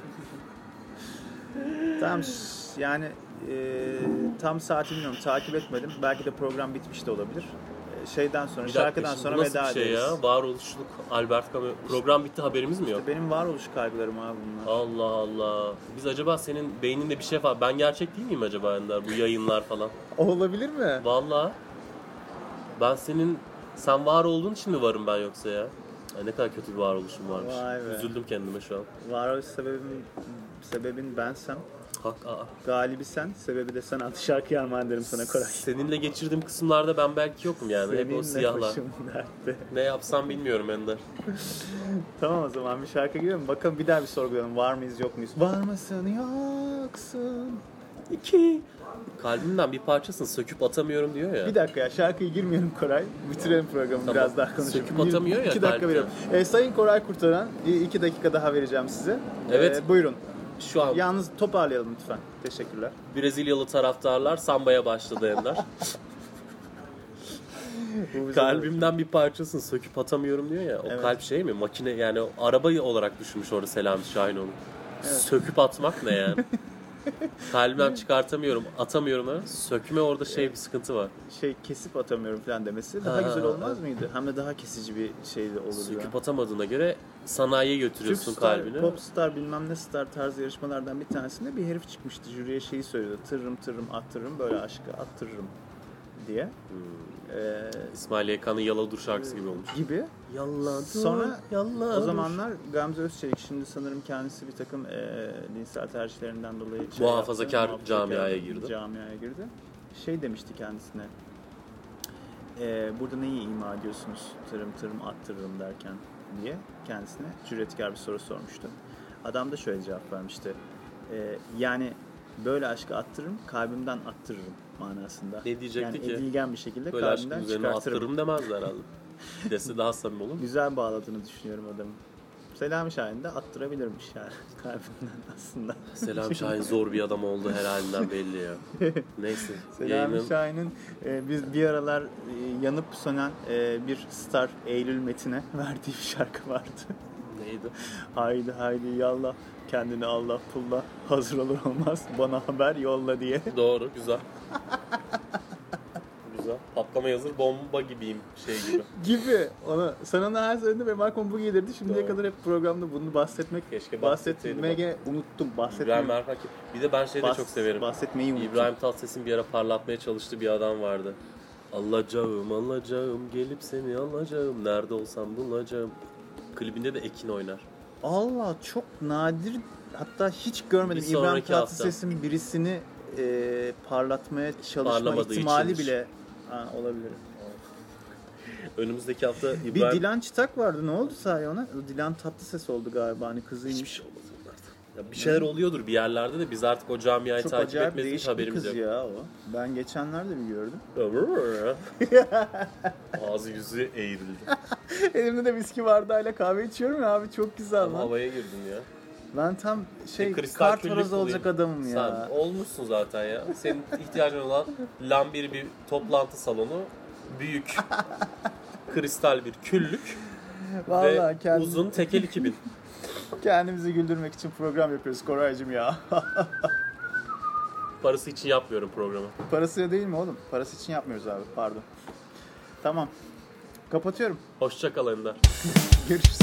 Speaker 3: Tamam yani tam saati bilmiyorum, takip etmedim. Belki de program bitmiş de olabilir. Şeyden sonra,
Speaker 2: Bir dakika,
Speaker 3: şarkıdan
Speaker 2: şimdi
Speaker 3: sonra
Speaker 2: bu nasıl
Speaker 3: veda
Speaker 2: bir şey
Speaker 3: ederiz.
Speaker 2: ya? Varoluşluk, Albert Camus. Program bitti, haberimiz mi yok?
Speaker 3: İşte benim varoluş kaygılarım abi bunlar.
Speaker 2: Allah Allah. Biz acaba senin beyninde bir şey var. Ben gerçek değil miyim acaba Ender? Bu yayınlar falan.
Speaker 3: Olabilir mi?
Speaker 2: Vallahi. Ben sen var olduğun için mi varım ben yoksa ya? Ay ne kadar kötü bir varoluşum varmış.
Speaker 3: Vay be.
Speaker 2: Üzüldüm kendime şu an.
Speaker 3: Varoluş sebebin bensem, galibi sen, sebebi de sen. Altı şarkı armağan ederim sana Koray.
Speaker 2: Seninle geçirdiğim kısımlarda ben belki yokum yani. Hep o
Speaker 3: Seninle
Speaker 2: siyahlar.
Speaker 3: başım dertte.
Speaker 2: Ne yapsam bilmiyorum Ender.
Speaker 3: Tamam o zaman bir şarkı girelim. Bakalım bir daha bir sorgulayalım. Var mıyız yok muyuz? Var mısın yoksun?
Speaker 2: 2. Kalbimden bir parçasını söküp atamıyorum diyor ya.
Speaker 3: Bir dakika ya, şarkıya girmeyelim Koray. Bitirelim programı,
Speaker 2: Tamam.
Speaker 3: biraz daha konuşalım.
Speaker 2: Söküp atamıyor ya
Speaker 3: 2 dakika
Speaker 2: kalpten.
Speaker 3: veriyorum. Sayın Koray Kurtaran, 2 dakika daha vereceğim size.
Speaker 2: Evet.
Speaker 3: Buyurun.
Speaker 2: Şu an
Speaker 3: Yalnız toparlayalım lütfen. Teşekkürler.
Speaker 2: Brezilyalı taraftarlar sambaya başladı Ender. Kalbimden bir parçasını söküp atamıyorum diyor ya. O
Speaker 3: Evet.
Speaker 2: kalp şey mi? Makine yani, o araba olarak düşünmüş orada Selami Şahin onu. Söküp atmak ne yani? Kalbimden çıkartamıyorum, atamıyorum ha. Sökme orada bir sıkıntı var.
Speaker 3: Kesip atamıyorum falan demesi daha
Speaker 2: Ha,
Speaker 3: güzel olmaz mıydı? Hem de daha kesici bir şey de olurdu.
Speaker 2: Söküp atamadığına göre sanayiye götürüyorsun
Speaker 3: Türkstar,
Speaker 2: kalbini.
Speaker 3: Popstar bilmem ne star tarzı yarışmalardan bir tanesinde bir herif çıkmıştı. Jüriye şeyi söylüyordu. Tırırım tırırım attırırım, böyle aşkı attırırım diye.
Speaker 2: İsmail YK'nın Yaladur şarkısı gibi olmuş.
Speaker 3: Gibi.
Speaker 2: Yalladur,
Speaker 3: Sonra
Speaker 2: yalladur.
Speaker 3: o zamanlar Gamze Özçelik, şimdi sanırım kendisi bir takım dinsel tercihlerinden dolayı
Speaker 2: Muhafazakar
Speaker 3: yaptı.
Speaker 2: camiaya girdi.
Speaker 3: Camiaya girdi. Şey demişti kendisine. Burada neyi ima ediyorsunuz? Tırım tırım attırırım derken diye kendisine cüretkar bir soru sormuştu. Adam da şöyle cevap vermişti. Yani böyle aşkı attırırım, kalbimden attırırım manasında.
Speaker 2: Ne diyecekti
Speaker 3: yani
Speaker 2: ki?
Speaker 3: Edilgen bir şekilde
Speaker 2: Böyle aşkın
Speaker 3: kalbimden
Speaker 2: üzerine
Speaker 3: çıkartırım.
Speaker 2: attırırım demezler herhalde. Dese daha samimi olur mu?
Speaker 3: Güzel bağladığını düşünüyorum adamın. Selami Şahin de attırabilirmiş yani kalbinden aslında.
Speaker 2: Selami Şahin zor bir adam oldu her halinden belli ya. Neyse.
Speaker 3: Selami
Speaker 2: Yayının
Speaker 3: Şahin'in biz bir aralar yanıp sönen bir star Eylül Metin'e verdiği bir şarkı vardı.
Speaker 2: neydi?
Speaker 3: Haydi haydi yallah, kendini Allah pulla, hazır olur olmaz bana haber yolla diye.
Speaker 2: Doğru, güzel. Güzel. Patlamaya hazır bomba gibiyim gibi.
Speaker 3: Gibi. Sana onu her söylediğinde benim aklıma bu gelirdi. Şimdiye
Speaker 2: Doğru.
Speaker 3: kadar hep programda bunu
Speaker 2: Keşke
Speaker 3: bahsetmeye unuttum.
Speaker 2: İbrahim Erfak. Bir de ben de çok severim.
Speaker 3: Bahsetmeyi unuttum.
Speaker 2: İbrahim Tatlıses'in bir ara parlatmaya çalıştığı bir adam vardı. Alacağım, gelip seni alacağım. Nerede olsam bulacağım. Klibinde de Ekin oynar.
Speaker 3: Allah, çok nadir, hatta hiç görmedim
Speaker 2: Bir
Speaker 3: İbrahim
Speaker 2: sonraki hafta.
Speaker 3: Tatlıses'in birisini parlatmaya çalışma
Speaker 2: Parlamadığı
Speaker 3: ihtimali
Speaker 2: içindir.
Speaker 3: bile olabilir.
Speaker 2: Önümüzdeki hafta
Speaker 3: Bir
Speaker 2: İbrahim...
Speaker 3: Dilan Çıtak vardı, ne oldu sahi ona? Dilan Tatlıses oldu galiba, hani
Speaker 2: Hiçbir
Speaker 3: kızıymış.
Speaker 2: şey olmaz onlardan. Ya bir şeyler oluyordur bir yerlerde de biz artık o camiayı
Speaker 3: Çok
Speaker 2: takip
Speaker 3: acayip
Speaker 2: etmediğimiz
Speaker 3: değişik bir
Speaker 2: haberimiz
Speaker 3: kız
Speaker 2: yok.
Speaker 3: ya o. Ben geçenlerde bir gördüm.
Speaker 2: Ağzı yüzü eğrildi.
Speaker 3: Elimde de viski bardağıyla kahve içiyorum ya abi, çok güzel
Speaker 2: Ama
Speaker 3: lan.
Speaker 2: havaya girdin ya.
Speaker 3: Ben tam
Speaker 2: Kristal
Speaker 3: kart
Speaker 2: küllük
Speaker 3: horozu
Speaker 2: bulayım.
Speaker 3: olacak adamım ya.
Speaker 2: Sen olmuşsun zaten ya. Senin ihtiyacın olan lambir bir toplantı salonu, büyük kristal bir küllük,
Speaker 3: Vallahi
Speaker 2: Ve uzun tekel 2000.
Speaker 3: kendimizi güldürmek için program yapıyoruz Koraycığım ya.
Speaker 2: Parası için yapmıyorum programı.
Speaker 3: Parası değil mi oğlum? Parası için yapmıyoruz abi. Pardon. Tamam. Kapatıyorum.
Speaker 2: Hoşça kal Ender.
Speaker 3: Görüşürüz.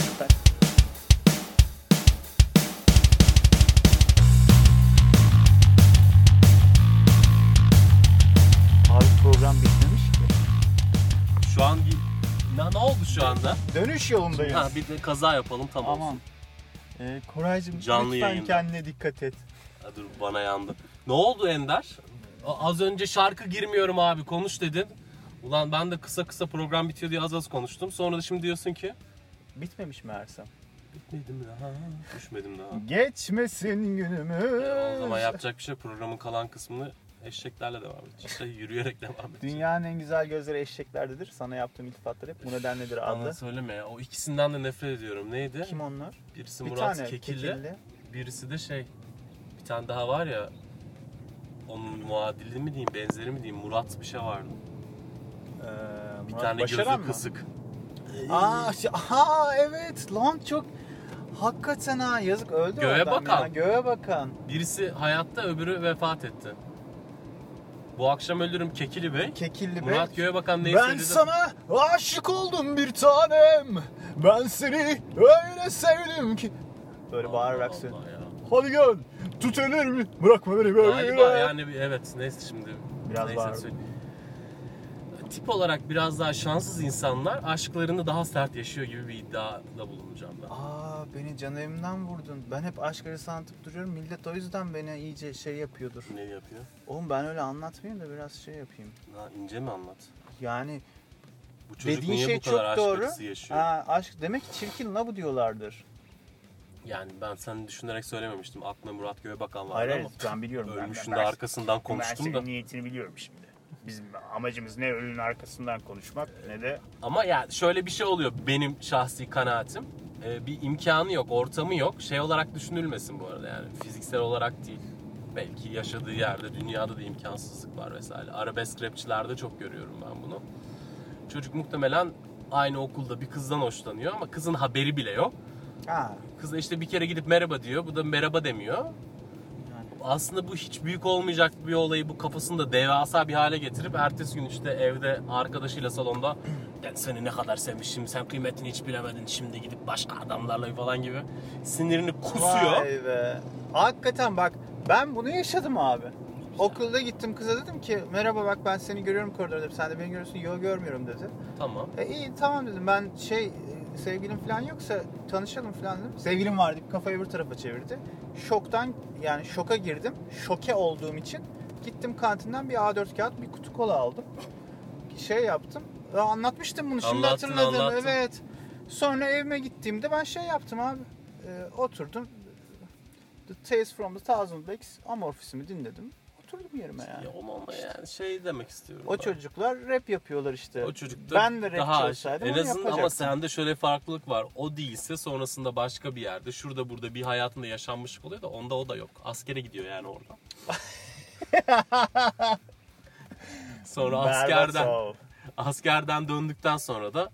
Speaker 3: Abi program bitmemiş ki.
Speaker 2: Şu an ne oldu şu anda?
Speaker 3: Dönüş yolundayız.
Speaker 2: Ha, bir de kaza yapalım tamam.
Speaker 3: Aman. Koraycığım
Speaker 2: Canlı
Speaker 3: lütfen
Speaker 2: yayında.
Speaker 3: kendine dikkat et.
Speaker 2: Ha, dur bana yandı. Ne oldu Ender? Az önce şarkı girmiyorum abi konuş dedin. Ulan ben de kısa program bitiyor diye az konuştum. Sonra da şimdi diyorsun ki
Speaker 3: Bitmemiş mi Ersem?
Speaker 2: bitmedim daha, düşmedim daha.
Speaker 3: Geçmesin günümüz.
Speaker 2: O zaman yapacak bir şey yok. Programın kalan kısmını eşeklerle devam edeceğiz. İşte yürüyerek devam edeceğiz.
Speaker 3: Dünyanın en güzel gözleri eşeklerdedir. Sana yaptığım iltifatlar hep bu nedenledir
Speaker 2: Bana
Speaker 3: adlı.
Speaker 2: söyleme ya. O ikisinden de nefret ediyorum. Neydi?
Speaker 3: Kim onlar?
Speaker 2: Birisi
Speaker 3: Bir
Speaker 2: Murat
Speaker 3: tane
Speaker 2: Kekilli. Birisi de şey. Bir tane daha var ya. Onun muadili mi diyeyim, benzeri mi diyeyim? Murat bir şey vardı. Bir
Speaker 3: Murat
Speaker 2: tane
Speaker 3: Başaran
Speaker 2: gözü
Speaker 3: mı?
Speaker 2: kısık.
Speaker 3: Aha evet lan çok hakikaten ha yazık öldü
Speaker 2: Göğe
Speaker 3: adam
Speaker 2: bakan.
Speaker 3: ya. Göğe bakan.
Speaker 2: Birisi hayatta, öbürü vefat etti. Bu akşam ölürüm Kekili Bey.
Speaker 3: Kekilli Bey.
Speaker 2: Murat Göğebakan neyi
Speaker 3: Ben
Speaker 2: söyledi?
Speaker 3: sana aşık oldum bir tanem. Ben seni öyle sevdim ki. Böyle bağırarak
Speaker 2: Allah
Speaker 3: söylüyor.
Speaker 2: Allah ya.
Speaker 3: Hadi gel tut ellerimi bırakma beni böyle.
Speaker 2: Galiba yani evet neyse şimdi.
Speaker 3: Biraz
Speaker 2: neyse
Speaker 3: bağırdım.
Speaker 2: söyle. Tip olarak biraz daha şanssız insanlar aşklarını daha sert yaşıyor gibi bir iddiada bulunacağım ben.
Speaker 3: Beni can evimden vurdun. Ben hep aşk arası anlatıp duruyorum. Millet o yüzden beni iyice şey yapıyordur.
Speaker 2: Ne yapıyor?
Speaker 3: Oğlum ben öyle anlatmayayım da biraz şey yapayım.
Speaker 2: Daha ince mi anlat?
Speaker 3: Yani
Speaker 2: Bu çocuk
Speaker 3: dediğin
Speaker 2: niye
Speaker 3: şey
Speaker 2: bu kadar
Speaker 3: çok
Speaker 2: aşk
Speaker 3: doğru.
Speaker 2: acısı yaşıyor?
Speaker 3: Aşk demek ki çirkin la bu diyorlardır.
Speaker 2: Yani ben sen düşünerek söylememiştim. Aklıma Murat Göğebakan vardı
Speaker 3: Hayır
Speaker 2: ama
Speaker 3: ben biliyorum.
Speaker 2: ölmüşün de arkasından konuştum da.
Speaker 3: niyetini biliyorum şimdi. Bizim amacımız ne ölünün arkasından konuşmak ne de...
Speaker 2: Ama yani şöyle bir şey oluyor benim şahsi kanaatim. Bir imkanı yok, ortamı yok. Şey olarak düşünülmesin bu arada yani fiziksel olarak değil. Belki yaşadığı yerde, dünyada da imkansızlık var vesaire. Arabesk rapçilerde çok görüyorum ben bunu. Çocuk muhtemelen aynı okulda bir kızdan hoşlanıyor ama kızın haberi bile yok. Kız da işte bir kere gidip merhaba diyor, bu da merhaba demiyor. Aslında bu hiç büyük olmayacak bir olayı bu kafasında devasa bir hale getirip ertesi gün işte evde arkadaşıyla salonda ben seni ne kadar sevmişim, sen kıymetini hiç bilemedin, şimdi gidip başka adamlarla falan gibi sinirini kusuyor.
Speaker 3: Vay be. Hakikaten bak ben bunu yaşadım abi. Okulda gittim kıza dedim ki merhaba bak ben seni görüyorum koridorda dedim. Sen de beni görüyorsun. Yok görmüyorum dedi.
Speaker 2: Tamam.
Speaker 3: İyi tamam dedim ben sevgilim falan yoksa tanışalım falan dedim. Sevgilim var deyip kafayı bir tarafa çevirdi. Şoktan yani şoka girdim. Şoke olduğum için gittim kantinden bir A4 kağıt bir kutu kola aldım. Şey yaptım. Anlatmıştım bunu şimdi
Speaker 2: Anlattın,
Speaker 3: hatırladım.
Speaker 2: anlattın.
Speaker 3: Evet. Sonra evime gittiğimde ben şey yaptım abi. Oturdum. The Tales from the Thousand Lakes Amorphism'i dinledim. Oturdum yerime yani.
Speaker 2: Ya ama yani şey demek istiyorum.
Speaker 3: O
Speaker 2: ben.
Speaker 3: çocuklar rap yapıyorlar işte.
Speaker 2: O çocuk da
Speaker 3: ben de
Speaker 2: daha
Speaker 3: rapçi olsaydım
Speaker 2: en
Speaker 3: onu
Speaker 2: azından ama
Speaker 3: yapacaktım.
Speaker 2: sende şöyle farklılık var. O değilse sonrasında başka bir yerde şurada burada bir hayatında yaşanmışlık oluyor da onda o da yok. Askere gidiyor yani orada. Sonra askerden döndükten sonra da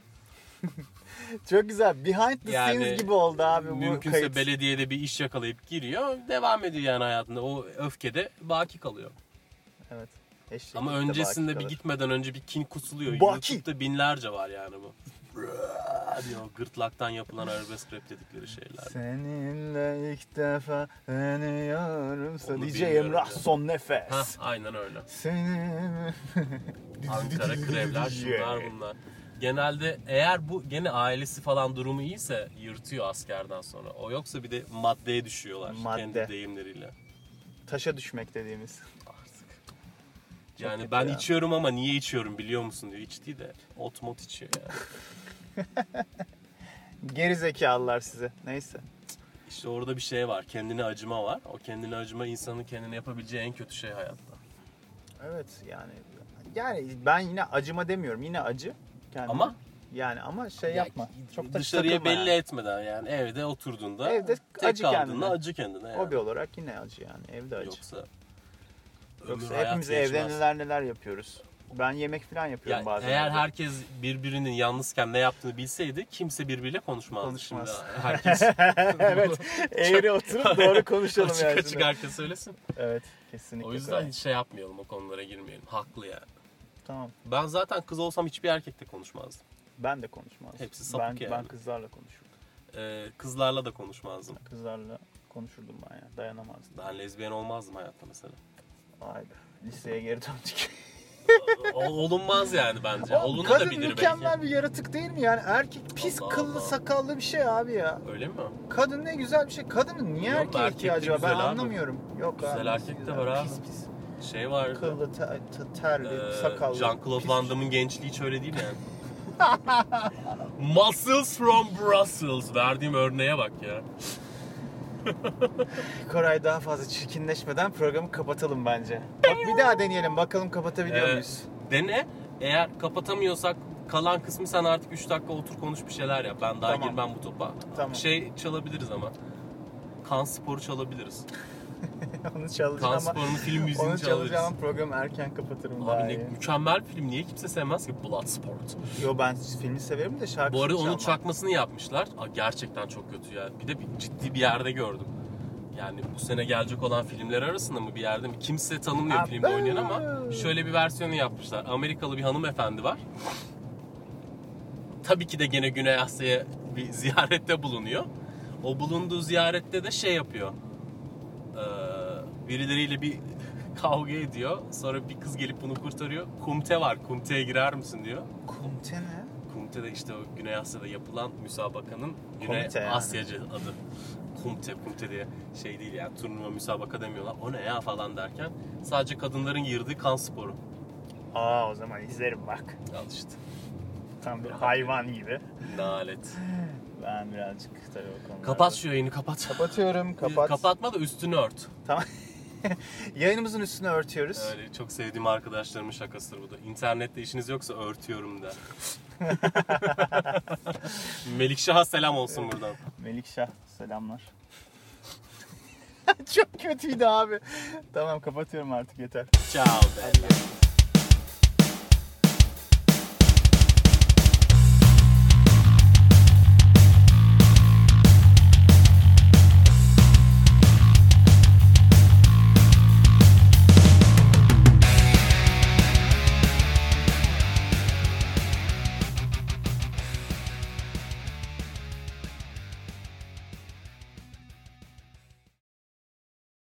Speaker 3: Çok güzel. Behind the
Speaker 2: yani
Speaker 3: scenes gibi oldu abi bu
Speaker 2: mümkünse
Speaker 3: kayıt.
Speaker 2: belediyede bir iş yakalayıp giriyor. Devam ediyor yani hayatında. O öfkede baki kalıyor.
Speaker 3: Evet. Eşeklik
Speaker 2: Ama
Speaker 3: de
Speaker 2: öncesinde
Speaker 3: baki
Speaker 2: bir
Speaker 3: kalır.
Speaker 2: gitmeden önce bir kin kusuluyor.
Speaker 3: Baki.
Speaker 2: YouTube'da binlerce var yani bu. diyor gırtlaktan yapılan arabesk rap dedikleri şeyler.
Speaker 3: Seninle ilk defa deniyorum.
Speaker 2: Onu
Speaker 3: DJ
Speaker 2: bilmiyorum
Speaker 3: Emrah
Speaker 2: ya.
Speaker 3: son nefes.
Speaker 2: Hah aynen öyle.
Speaker 3: Senin...
Speaker 2: Ankara krevler şunlar bunlar. Genelde eğer bu gene ailesi falan durumu iyiyse yırtıyor askerden sonra. O yoksa bir de maddeye düşüyorlar
Speaker 3: Madde.
Speaker 2: kendi deyimleriyle.
Speaker 3: Taşa düşmek dediğimiz.
Speaker 2: Yani
Speaker 3: kötü
Speaker 2: ben
Speaker 3: ya.
Speaker 2: içiyorum ama niye içiyorum biliyor musun diyor. İçtiği de ot içiyor yani.
Speaker 3: Geri zekalılar size. Neyse.
Speaker 2: İşte orada bir şey var. Kendine acıma var. O kendine acıma insanın kendine yapabileceği en kötü şey hayatta.
Speaker 3: Evet yani ben yine acıma demiyorum. Yine acı. Kendine.
Speaker 2: Ama?
Speaker 3: Yani ama şey
Speaker 2: Ya,
Speaker 3: yapma. Çok da
Speaker 2: dışarıya
Speaker 3: takılma
Speaker 2: belli
Speaker 3: yani.
Speaker 2: etmeden yani evde oturduğunda
Speaker 3: Evde
Speaker 2: tek
Speaker 3: acı
Speaker 2: kaldığında
Speaker 3: kendine.
Speaker 2: acı kendine yani.
Speaker 3: Hobi olarak yine acı yani. Evde acı.
Speaker 2: Yoksa
Speaker 3: Yoksa
Speaker 2: hayat
Speaker 3: hepimiz
Speaker 2: geçmez.
Speaker 3: evde neler yapıyoruz. Ben yemek falan yapıyorum
Speaker 2: Ya
Speaker 3: bazen.
Speaker 2: eğer
Speaker 3: evde.
Speaker 2: herkes birbirinin yalnızken ne yaptığını bilseydi kimse birbiriyle konuşmazdı.
Speaker 3: Konuşmaz.
Speaker 2: Şimdi herkes
Speaker 3: Evet. Eğri oturup doğru konuşalım
Speaker 2: açık
Speaker 3: yani.
Speaker 2: açık herkes söylesin.
Speaker 3: Evet. Kesinlikle.
Speaker 2: O yüzden hiç şey yapmayalım, o konulara girmeyelim. Haklı yani.
Speaker 3: Tamam.
Speaker 2: Ben zaten kız olsam hiçbir erkekle konuşmazdım.
Speaker 3: Ben de konuşmazdım.
Speaker 2: Hepsi sapık
Speaker 3: ben
Speaker 2: yani.
Speaker 3: kızlarla konuşurdum.
Speaker 2: Kızlarla da konuşmazdım.
Speaker 3: Kızlarla konuşurdum ben ya. Dayanamazdım.
Speaker 2: Ben lezbiyen olmazdım hayatta mesela.
Speaker 3: Vay be. Liseye geri döndük.
Speaker 2: Olunmaz yani bence.
Speaker 3: Oğlum,
Speaker 2: Olunu
Speaker 3: kadın
Speaker 2: da bilir
Speaker 3: mükemmel
Speaker 2: belki.
Speaker 3: bir yaratık değil mi yani? Erkek pis
Speaker 2: Allah
Speaker 3: kıllı
Speaker 2: Allah.
Speaker 3: sakallı bir şey abi ya.
Speaker 2: Öyle mi?
Speaker 3: Kadın ne güzel bir şey. Kadının niye
Speaker 2: Yok,
Speaker 3: erkeğe
Speaker 2: erkek de
Speaker 3: ihtiyacı var? Ben
Speaker 2: güzel abi.
Speaker 3: anlamıyorum. Yok
Speaker 2: Güzel
Speaker 3: abi,
Speaker 2: erkek de
Speaker 3: güzel.
Speaker 2: var abi.
Speaker 3: Pis pis.
Speaker 2: Şey vardı.
Speaker 3: Kıllı, terli, sakallı.
Speaker 2: Jean-Claude
Speaker 3: pis.
Speaker 2: Van Damme'ın gençliği hiç öyle değil yani. Muscles from Brussels. Verdiğim örneğe bak ya.
Speaker 3: Koray, daha fazla çirkinleşmeden programı kapatalım bence. Bak bir daha deneyelim. Bakalım kapatabiliyor muyuz?
Speaker 2: Dene. Eğer kapatamıyorsak kalan kısmı sen artık 3 dakika otur konuş bir şeyler yap. Ben daha
Speaker 3: Tamam.
Speaker 2: girmem bu topa.
Speaker 3: Tamam.
Speaker 2: Şey çalabiliriz ama. Kan sporu çalabiliriz.
Speaker 3: Onu çalacağım
Speaker 2: Kan
Speaker 3: ama
Speaker 2: sporunun film müziğini
Speaker 3: onu
Speaker 2: çalabiliriz.
Speaker 3: çalacağım programı erken kapatırım daha
Speaker 2: Abi ne
Speaker 3: iyi.
Speaker 2: mükemmel film. Niye kimse sevmez ki Bloodsport?
Speaker 3: Yo, ben filmi severim de şarkısını
Speaker 2: Bu arada onun
Speaker 3: çalmam.
Speaker 2: çakmasını yapmışlar. Gerçekten çok kötü ya. Bir de ciddi bir yerde gördüm. Yani bu sene gelecek olan filmler arasında mı bir yerde mi? Kimse tanımıyor
Speaker 3: Abi.
Speaker 2: filmde oynayan ama şöyle bir versiyonu yapmışlar. Amerikalı bir hanımefendi var. Tabii ki de gene Güney Asya'ya bir ziyarette bulunuyor. O bulunduğu ziyarette de şey yapıyor. Birileriyle bir kavga ediyor. Sonra bir kız gelip bunu kurtarıyor. Kumte var. Kumte'ye girer misin diyor.
Speaker 3: Kumte ne?
Speaker 2: Kumte de işte o Güney Asya'da yapılan müsabakanın Güney
Speaker 3: Komite yani.
Speaker 2: Asyacı adı. Kumte diye şey değil yani, turnuva müsabaka demiyorlar. O ne ya falan derken sadece kadınların girdiği kan sporu.
Speaker 3: Aa, o zaman izlerim bak.
Speaker 2: Al işte.
Speaker 3: Tam bir hayvan gibi.
Speaker 2: Nalet.
Speaker 3: Ben birazcık tabii o konularda...
Speaker 2: Kapat şu yayını, kapat.
Speaker 3: Kapatıyorum, kapat.
Speaker 2: Kapatma da üstünü ört.
Speaker 3: Tamam. Yayınımızın üstüne örtüyoruz.
Speaker 2: Öyle çok sevdiğim arkadaşlarımın şakasıdır bu da. İnternette işiniz yoksa örtüyorum der. Melikşah'a selam olsun buradan.
Speaker 3: Melikşah, selamlar. Çok kötüydü abi. Tamam, kapatıyorum artık, yeter.
Speaker 2: Ciao be.